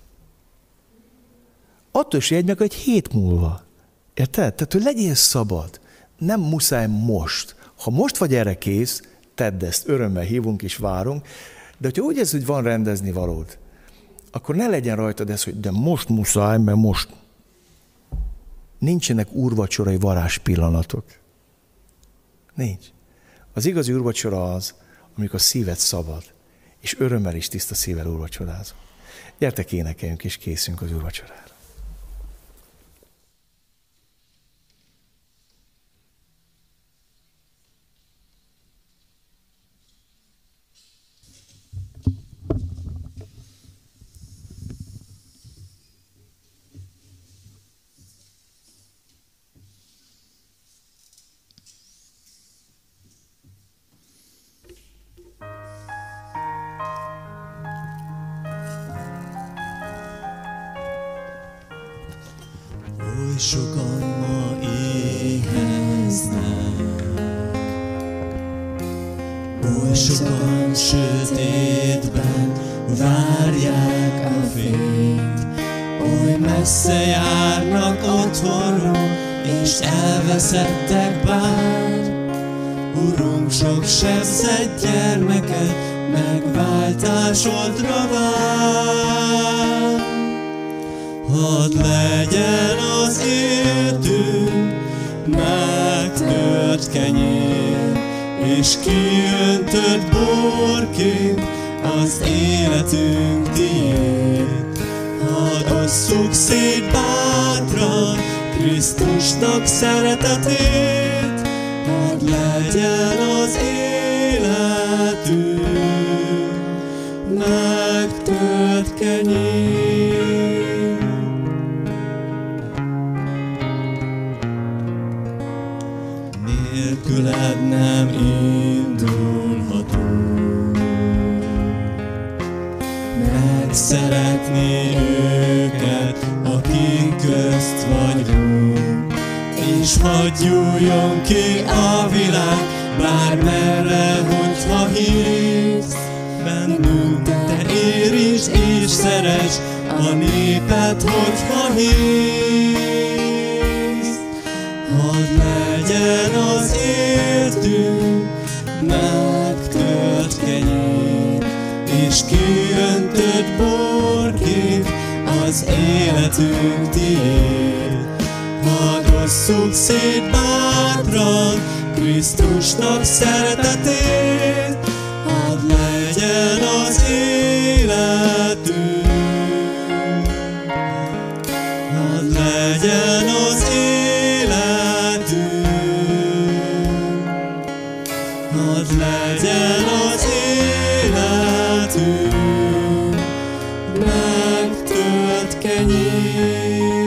S3: Attól is jegy meg, hogy 1 hét múlva. Érted? Tehát, hogy legyél szabad. Nem muszáj most. Ha most vagy erre kész, tedd ezt. Örömmel hívunk és várunk. De hogyha úgy érzed, hogy van rendezni valód, akkor ne legyen rajtad ez, hogy de most muszáj, mert most. Nincsenek úrvacsorai varázs pillanatok. Nincs. Az igazi úrvacsora az, amikor a szíved szabad, és örömmel is tiszta szívvel úrvacsorázunk. Gyertek, énekeljünk, és készünk az úrvacsorára.
S2: Oly sokan ma éheznek, oly sokan sötétben várják a fényt, oly messze járnak otthonról, és elveszettek bár. Urunk, sok sebzett gyermeket megváltásodra vár. Hadd legyen az értünk megtört kenyér, és kiöntött borként az életünk tiéd. Hadd osszuk szét bátran Krisztusnak szeretetét, hadd legyen az életünk megtört kenyér. Nélküled nem indulhatunk, megszeretni őket, akik közt vagyunk, és hadd gyújjon ki a világ bármerre, hogyha hisz. bennünk, te érintsd és szeresd a népet, hogyha hisz. Hadd legyen az értünk megtölt kenyér, és kiöntött borként az életünk tiéd. Hadd osszuk szét bátran Krisztusnak szeretetét, hadd legyen az életünk, hadd legyen az életünk, hadd legyen az életünk megtölt kenyér.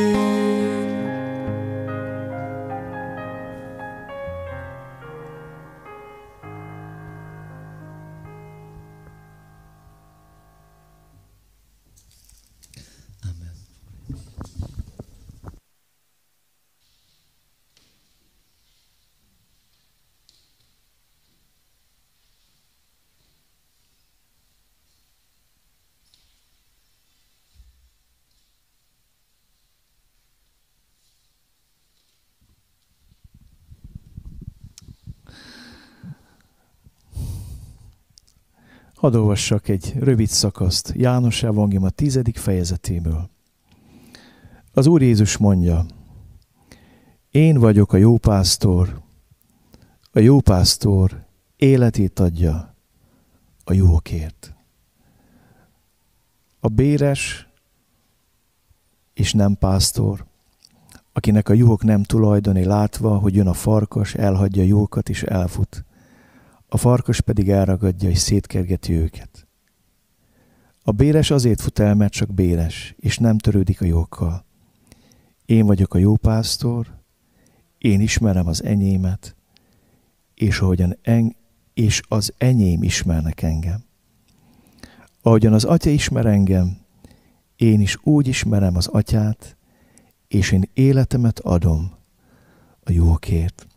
S3: Hadd olvassak egy rövid szakaszt János evangélium a 10. fejezetéből. Az Úr Jézus mondja, én vagyok a jó pásztor életét adja a juhokért. A béres és nem pásztor, akinek a juhok nem tulajdoné, látva, hogy jön a farkas, elhagyja a juhokat és elfut. A farkas pedig elragadja és szétkergeti őket. A béres azért fut el, mert csak béres, és nem törődik a juhokkal. Én vagyok a jó pásztor, én ismerem az enyémet, és az enyém ismernek engem. Ahogyan az Atya ismer engem, én is úgy ismerem az Atyát, és én életemet adom a juhokért.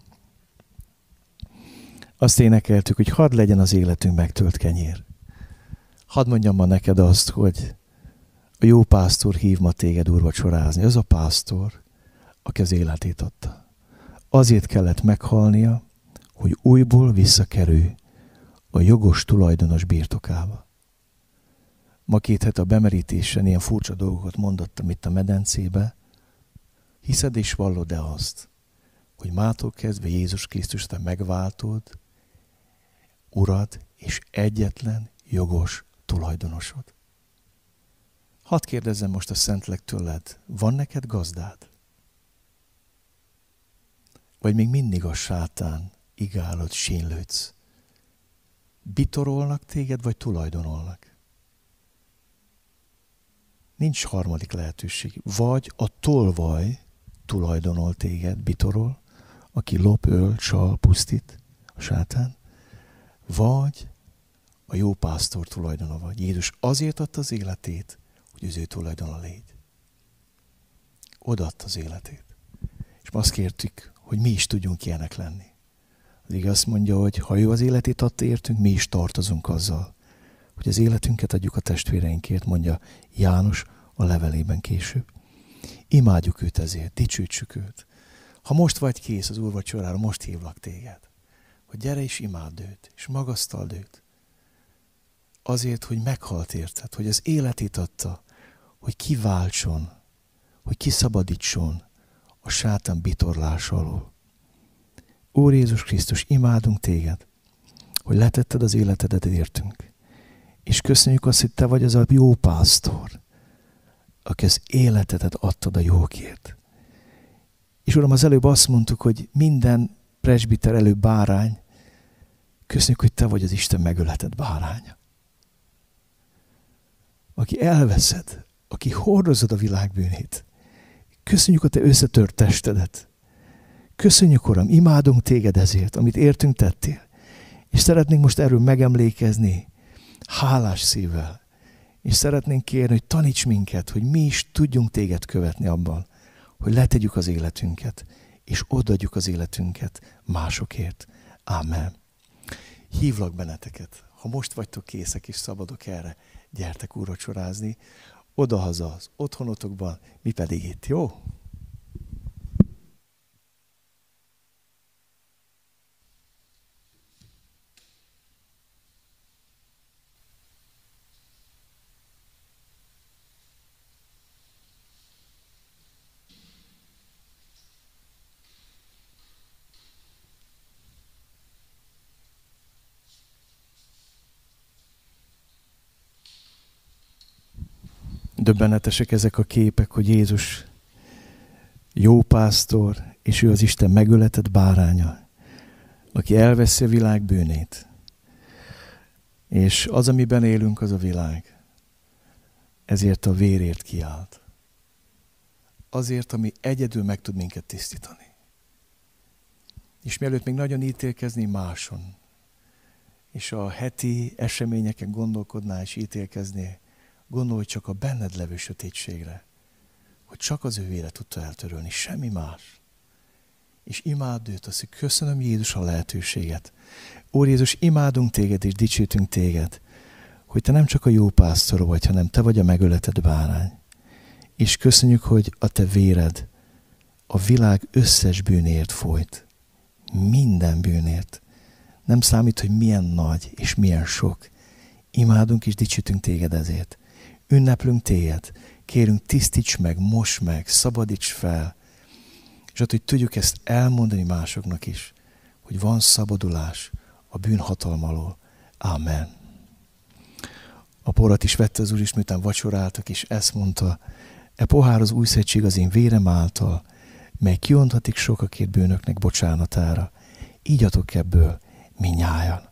S3: Azt énekeltük, hogy hadd legyen az életünk megtölt kenyér. Hadd mondjam ma neked azt, hogy a jó pásztor hív ma téged úrvacsorázni. Az a pásztor, aki az életét adta. Azért kellett meghalnia, hogy újból visszakerülj a jogos tulajdonos birtokába. Ma 2 hete a bemerítésen ilyen furcsa dolgokat mondottam itt a medencébe. Hiszed és vallod-e azt, hogy mától kezdve Jézus Krisztus te megváltod, Urad és egyetlen jogos tulajdonosod? Hadd kérdezzem most a Szentlélek tőled, van neked gazdád? Vagy még mindig a sátán igálod, sínlődsz? Bitorolnak téged, vagy tulajdonolnak? Nincs harmadik lehetőség. Vagy a tolvaj tulajdonol téged, bitorol, aki lop, öl, csal, pusztít, a sátán, vagy a jó pásztor tulajdona vagy. Jézus azért adta az életét, hogy az ő tulajdona légy. Odaadta az életét. És azt kértük, hogy mi is tudjunk ilyenek lenni. Az igaz azt mondja, hogy ha ő az életét adta értünk, mi is tartozunk azzal, hogy az életünket adjuk a testvéreinkért, mondja János a levelében később. Imádjuk őt ezért, dicsőítsük őt. Ha most vagy kész az úrvacsorára, most hívlak téged, hogy gyere és imádd őt, és magasztald őt. Azért, hogy meghalt érted, hogy az életét adta, hogy kiváltson, hogy kiszabadítson a sátán bitorlása alól. Úr Jézus Krisztus, imádunk téged, hogy letetted az életedet értünk. És köszönjük azt, hogy te vagy az a jó pásztor, aki az életedet adtad a jókért. És Uram, az előbb azt mondtuk, hogy minden presbiter előbb bárány, köszönjük, hogy te vagy az Isten megöletett báránya. Aki elveszed, aki hordozod a világ bűnét. Köszönjük a te összetört testedet. Köszönjük, Uram, imádunk téged ezért, amit értünk tettél. És szeretnénk most erről megemlékezni, hálás szívvel. És szeretnénk kérni, hogy taníts minket, hogy mi is tudjunk téged követni abban, hogy letegyük az életünket, és odaadjuk az életünket másokért. Ámen. Hívlak benneteket, ha most vagytok készek és szabadok erre, gyertek úrvacsorázni, odahaza az otthonotokban, mi pedig itt, jó? Döbbenetesek ezek a képek, hogy Jézus jó pásztor, és ő az Isten megöletett báránya, aki elveszi a világ bűnét. És az, amiben élünk, az a világ. Ezért a vérért kiállt. Azért, ami egyedül meg tud minket tisztítani. És mielőtt még nagyon ítélkezni máson, és a heti eseményeken gondolkodnál és ítélkeznél, gondolj csak a benned levő sötétségre, hogy csak az ő vére tudta eltörölni, semmi más. És imádd őt, azt, hogy köszönöm Jézus a lehetőséget. Úr Jézus, imádunk téged és dicsőtünk téged, hogy te nem csak a jó pásztor vagy, hanem te vagy a megöletett bárány. És köszönjük, hogy a te véred a világ összes bűnért folyt. Minden bűnért. Nem számít, hogy milyen nagy és milyen sok. Imádunk és dicsőtünk téged ezért. Ünneplünk téged. Kérünk, tisztíts meg, mosd meg, szabadíts fel. És hogy tudjuk ezt elmondani másoknak is, hogy van szabadulás a bűnhatalma alól. Amen. A porat is vette az Úr is, miután vacsoráltak, és ezt mondta, e pohár az új szövetség az én vérem által, mely kionthatik sokakért bűnöknek bocsánatára. Ígyatok ebből mindnyájan.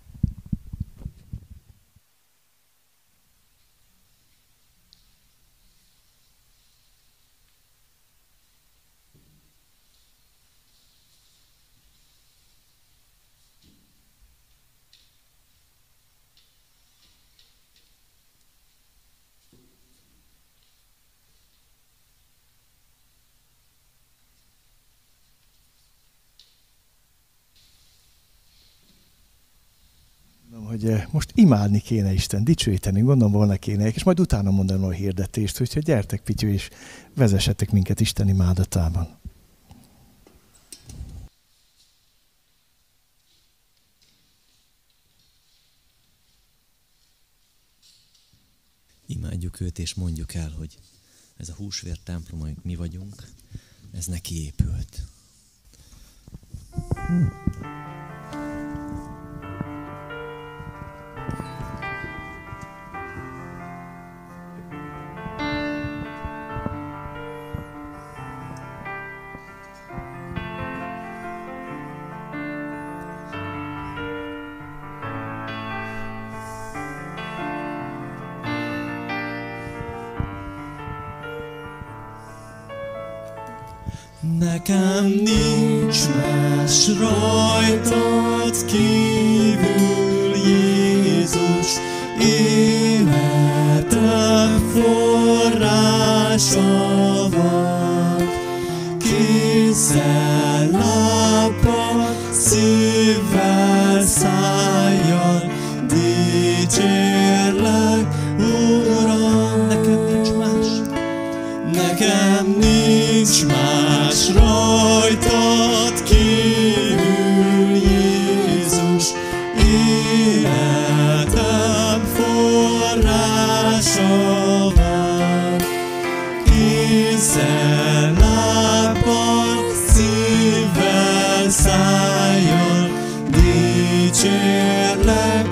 S3: Hogy most imádni kéne Isten, dicsőíteni, gondolom volna kéne, és majd utána mondanom a hirdetést, úgyhogy gyertek, Pityu, és vezessetek minket Isten imádatában.
S1: Imádjuk őt, és mondjuk el, hogy ez a húsvér templom, amik mi vagyunk, ez neki épült.
S2: Nekem nincs más rajtad kívül, Jézus, életem forrása vagy. Kézzel, lábbal, szívvel, szájjal dicsérlek, Uram. Nekem nincs más rajtad kívül, Jézus, életem forrása vagy. Kézzel, lábbal, szívvel, szájjal dicsérlek,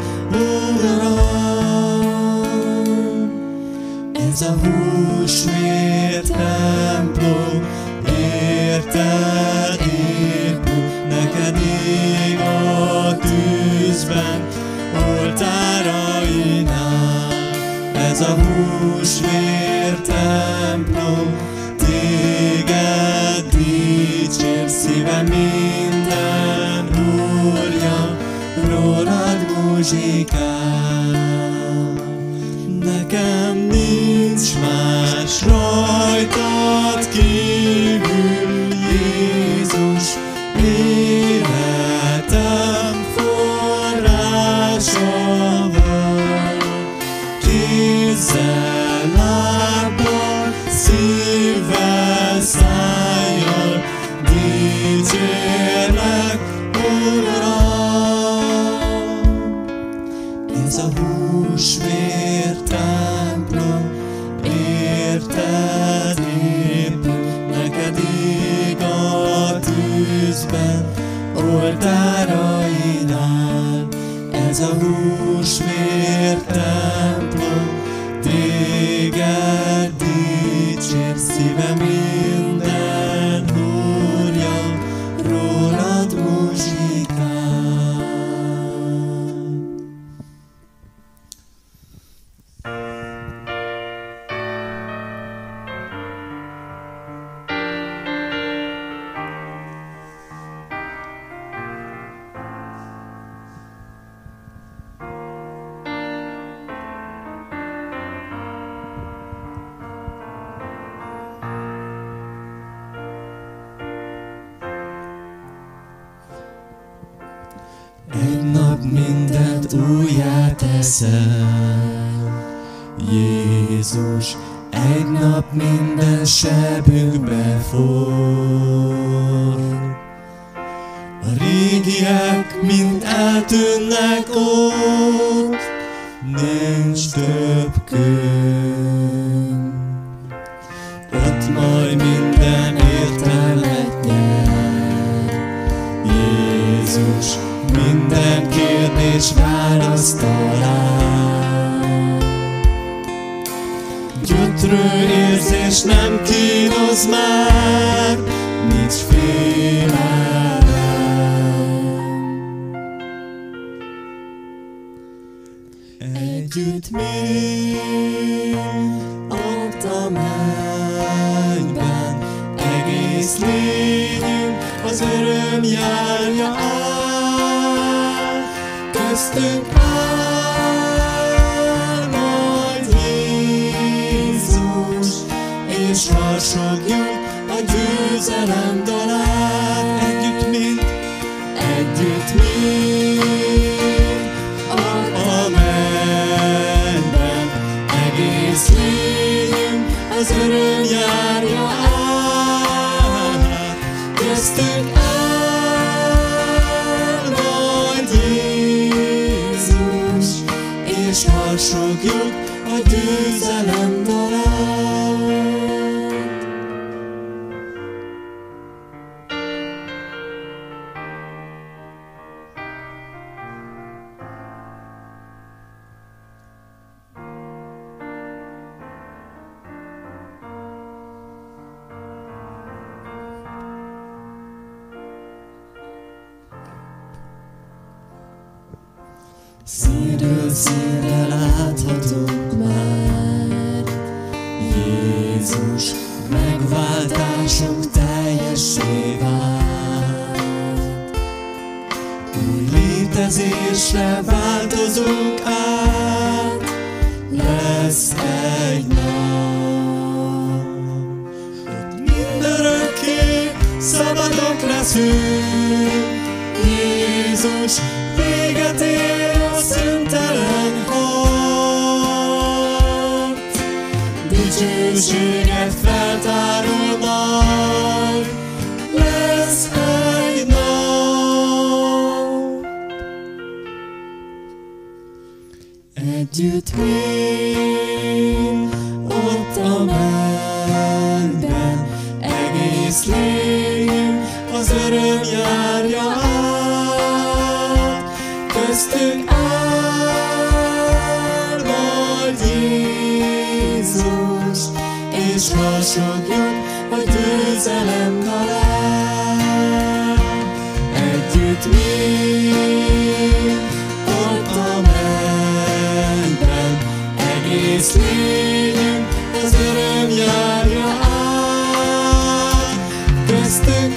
S2: Uram. Ez a húsvér templom érted épül, neked ég a tűzben, oltárainál. Ez a húsvér templom téged dicsér, szívem minden úrja, rólad muzsikál. Nekem nincs más rajtad kívül, Jézus, életem forrása vagy. érted épül, neked ég a tűzben, oltárainál. Ez a húsvér templom, téged dicsér, szívem minden húrja, rólad muzsikál. Egy nap mindent újjá teszel, Jézus, egy nap minden sebünkbe forr. A régiek mind eltűnnek ott, nincs több könyv. Ott majd minden értelmet nyer, Jézus, minden kérdés választ talál. Gyötrő érzés nem kínoz már, nincs félelem. Együtt mi ott a mennyben, egész lényünk az öröm járja át. Köztünk áll majd Jézus, és harsogjuk a győzelem dalát. Együtt mind a mennyben, egész lényünk az öröm járja át. Köztünk áll majd Jézus, és harsogjuk a győzelem dalát. Színről színre láthatunk már, Jézus, megváltásunk teljessé vált. Új létezésre változunk át, lesz egy nap. Ott mindörökké szabadok leszünk, Jézus, véget ér a szüntelen harc. Dicsőséget feltárol majd, lesz egy nap. Együtt mind ott a mennyben, egész lényünk az öröm járja át. Köztünk áll majd Jézus, és harsogjuk a győzelem dalát. Együtt mind ott a mennyben, egész lényünk az öröm járja át. Köztünk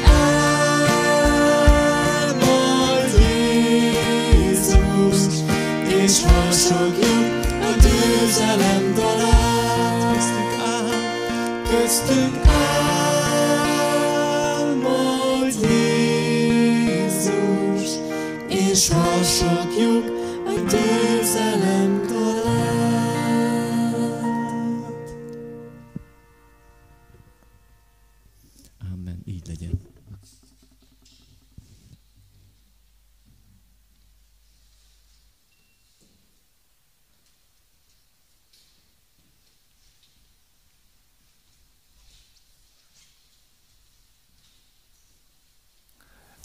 S2: áll majd Jézus, és harsogjuk a győzelem dalát. Köztünk áll majd Jézus, és harsogjuk a győzelem dalát.
S1: Amen, így legyen.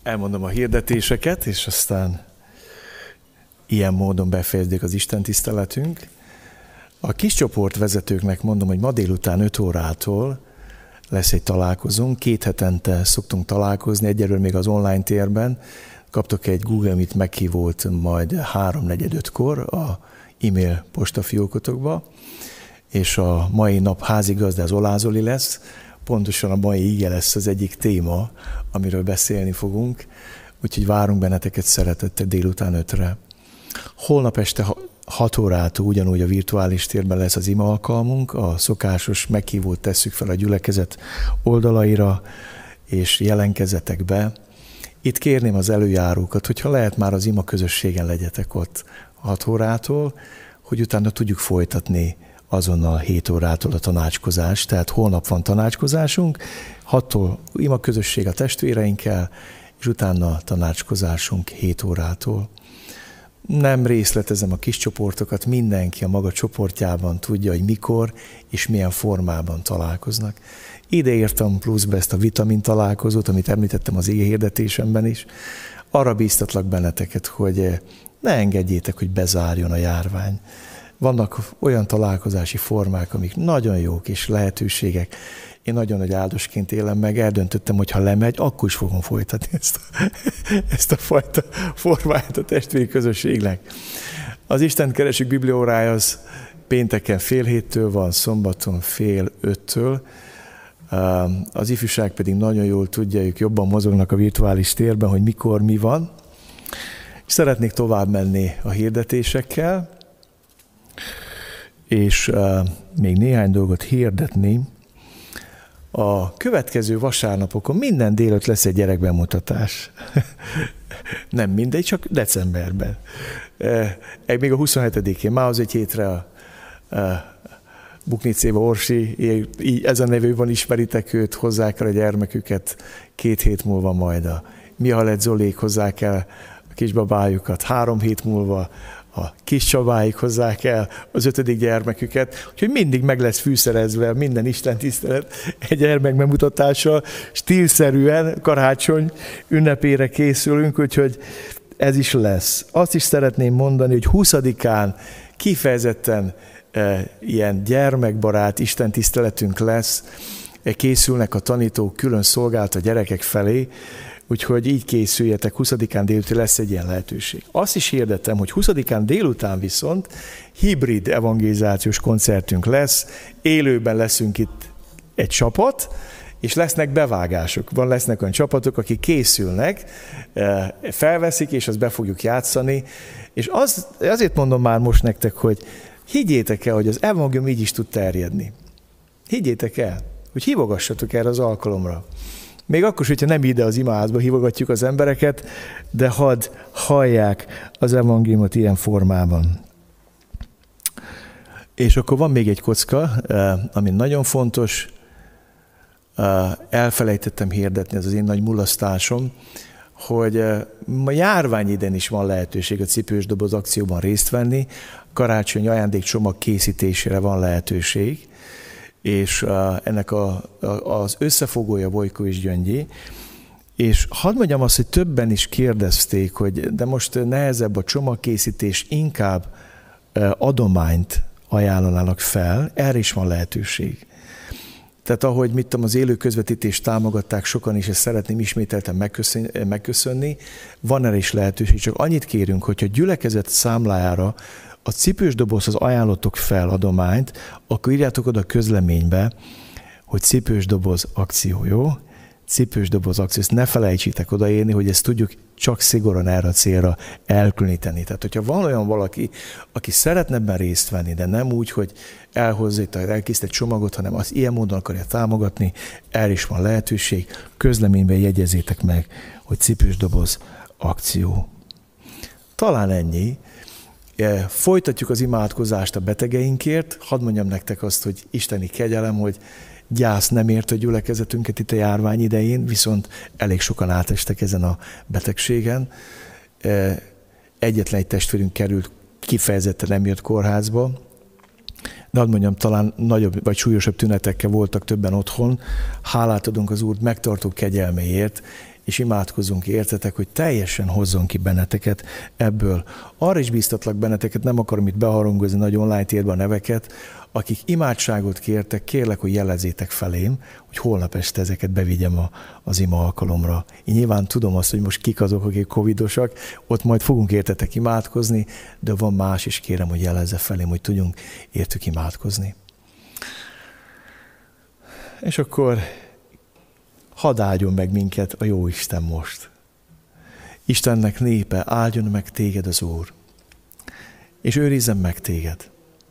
S3: elmondom a hirdetéseket, és aztán ilyen módon befejezzük az Isten tiszteletünk. A kis csoport vezetőknek mondom, hogy ma délután 5 órától lesz egy találkozónk. 2 hetente szoktunk találkozni, egyelőre még az online térben. Kaptok egy Google Meet meghívót majd 3-4-5-kor a e-mail postafiókotokba, és a mai nap házigazda az Olá Zoli lesz. Pontosan a mai ige lesz az egyik téma, amiről beszélni fogunk, úgyhogy várunk benneteket szeretettel délután 5-re. Holnap este 6 órától ugyanúgy a virtuális térben lesz az ima alkalmunk, a szokásos meghívót tesszük fel a gyülekezet oldalaira, és jelentkezzetek be. Itt kérném az előjárókat, hogyha lehet már az ima közösségen legyetek ott 6 órától, hogy utána tudjuk folytatni azonnal 7 órától a tanácskozást, tehát holnap van tanácskozásunk, 6-tól ima közösség a testvéreinkkel, és utána tanácskozásunk 7 órától. Nem részletezem a kis csoportokat, mindenki a maga csoportjában tudja, hogy mikor és milyen formában találkoznak. Ide írtam pluszbe ezt a vitamin találkozót, amit említettem az ige hirdetésemben is. Arra bíztatlak benneteket, hogy ne engedjétek, hogy bezárjon a járvány. Vannak olyan találkozási formák, amik nagyon jók és lehetőségek. Én nagyon nagy áldosként élem meg, eldöntöttem, hogy ha lemegy, akkor is fogom folytatni ezt a fajta formáját a testvéri közösségnek. Az Istent keresünk bibliaórája az pénteken 6:30 van, szombaton 4:30. Az ifjúság pedig nagyon jól tudja, ők jobban mozognak a virtuális térben, hogy mikor, mi van. Szeretnék tovább menni a hirdetésekkel, és még néhány dolgot hirdetni. A következő vasárnapokon minden délután lesz egy gyerekbemutatás. Nem mindegy, csak decemberben. Még a 27-én, már az egy hétre a Buknicéva Orsi, ezen nevőben ismeritek őt, hozzák el a gyermeküket, 2 hét múlva majd a Mihalet Zolék hozzák el a kisbabájukat, 3 hét múlva a kis Csabáik hozzák el az 5. gyermeküket, úgyhogy mindig meg lesz fűszerezve minden Isten tisztelet egy gyermek bemutatással, stílszerűen karácsony ünnepére készülünk, úgyhogy ez is lesz. Azt is szeretném mondani, hogy 20-án kifejezetten ilyen gyermekbarát Isten tiszteletünk lesz, készülnek a tanítók külön szolgált a gyerekek felé, úgyhogy így készüljetek, 20-án délután lesz egy ilyen lehetőség. Azt is hirdettem, hogy 20-án délután viszont hibrid evangelizációs koncertünk lesz, élőben leszünk itt egy csapat, és lesznek bevágások. Lesznek olyan csapatok, akik készülnek, felveszik, és azt be fogjuk játszani. És azért mondom már most nektek, hogy higgyétek el, hogy az evangélium így is tud terjedni. Higgyétek el, hogy hívogassatok erre az alkalomra. Még akkor is, hogyha nem ide az imaházba hívogatjuk az embereket, de hadd hallják az evangéliumot ilyen formában. És akkor van még egy kocka, ami nagyon fontos, elfelejtettem hirdetni, ez az én nagy mulasztásom, hogy a járvány idején is van lehetőség a cipős doboz akcióban részt venni, karácsonyi ajándékcsomag készítésére van lehetőség, és ennek az összefogója Bojko és Gyöngyi. És hadd mondjam azt, hogy többen is kérdezték, hogy de most nehezebb a csomagkészítés, inkább adományt ajánlanának fel, erre is van lehetőség. Tehát ahogy az élő közvetítést támogatták sokan, és ezt szeretném ismételten megköszönni, van erre is lehetőség. Csak annyit kérünk, hogyha gyülekezet számlájára a cipős dobozhoz ajánlottok fel adományt, akkor írjátok oda a közleménybe, hogy cipős doboz akció, jó? Cipős doboz akció, ezt ne felejtsétek odaírni, hogy ezt tudjuk csak szigorúan erre a célra elkülöníteni. Tehát, hogyha van olyan valaki, aki szeretne ebben részt venni, de nem úgy, hogy elkészít egy csomagot, hanem azt ilyen módon akarja támogatni, erre is van lehetőség. Közleményben jegyezzétek meg, hogy cipős doboz akció. Talán ennyi. Folytatjuk az imádkozást a betegeinkért. Hadd mondjam nektek azt, hogy isteni kegyelem, hogy gyász nem ért a gyülekezetünket itt a járvány idején, viszont elég sokan átestek ezen a betegségen. Egyetlen egy testvérünk került, kifejezetten nem jött kórházba, de hadd mondjam, talán nagyobb vagy súlyosabb tünetekkel voltak többen otthon. Hálát adunk az Úr megtartó kegyelméért, és imádkozzunk értetek, hogy teljesen hozzon ki benneteket ebből. Arra is biztatlak benneteket, nem akarom itt beharangozni nagy online térbe a neveket, akik imádságot kértek, kérlek, hogy jelezzétek felém, hogy holnap este ezeket bevigyem az ima alkalomra. Én nyilván tudom azt, hogy most kik azok, akik covidosak, ott majd fogunk értetek imádkozni, de van más is, kérem, hogy jelezze felém, hogy tudjunk értük imádkozni. És akkor hadd áldjon meg minket a Jóisten most. Istennek népe, áldjon meg téged az Úr, és őrizzen meg téged.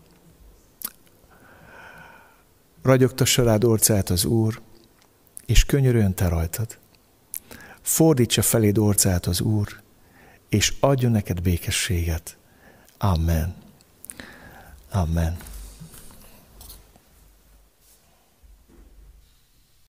S3: Ragyogtassa rád orcáját az Úr, és könyörüljön te rajtad. Fordítsa feléd orcáját az Úr, és adjon neked békességet. Amen. Amen.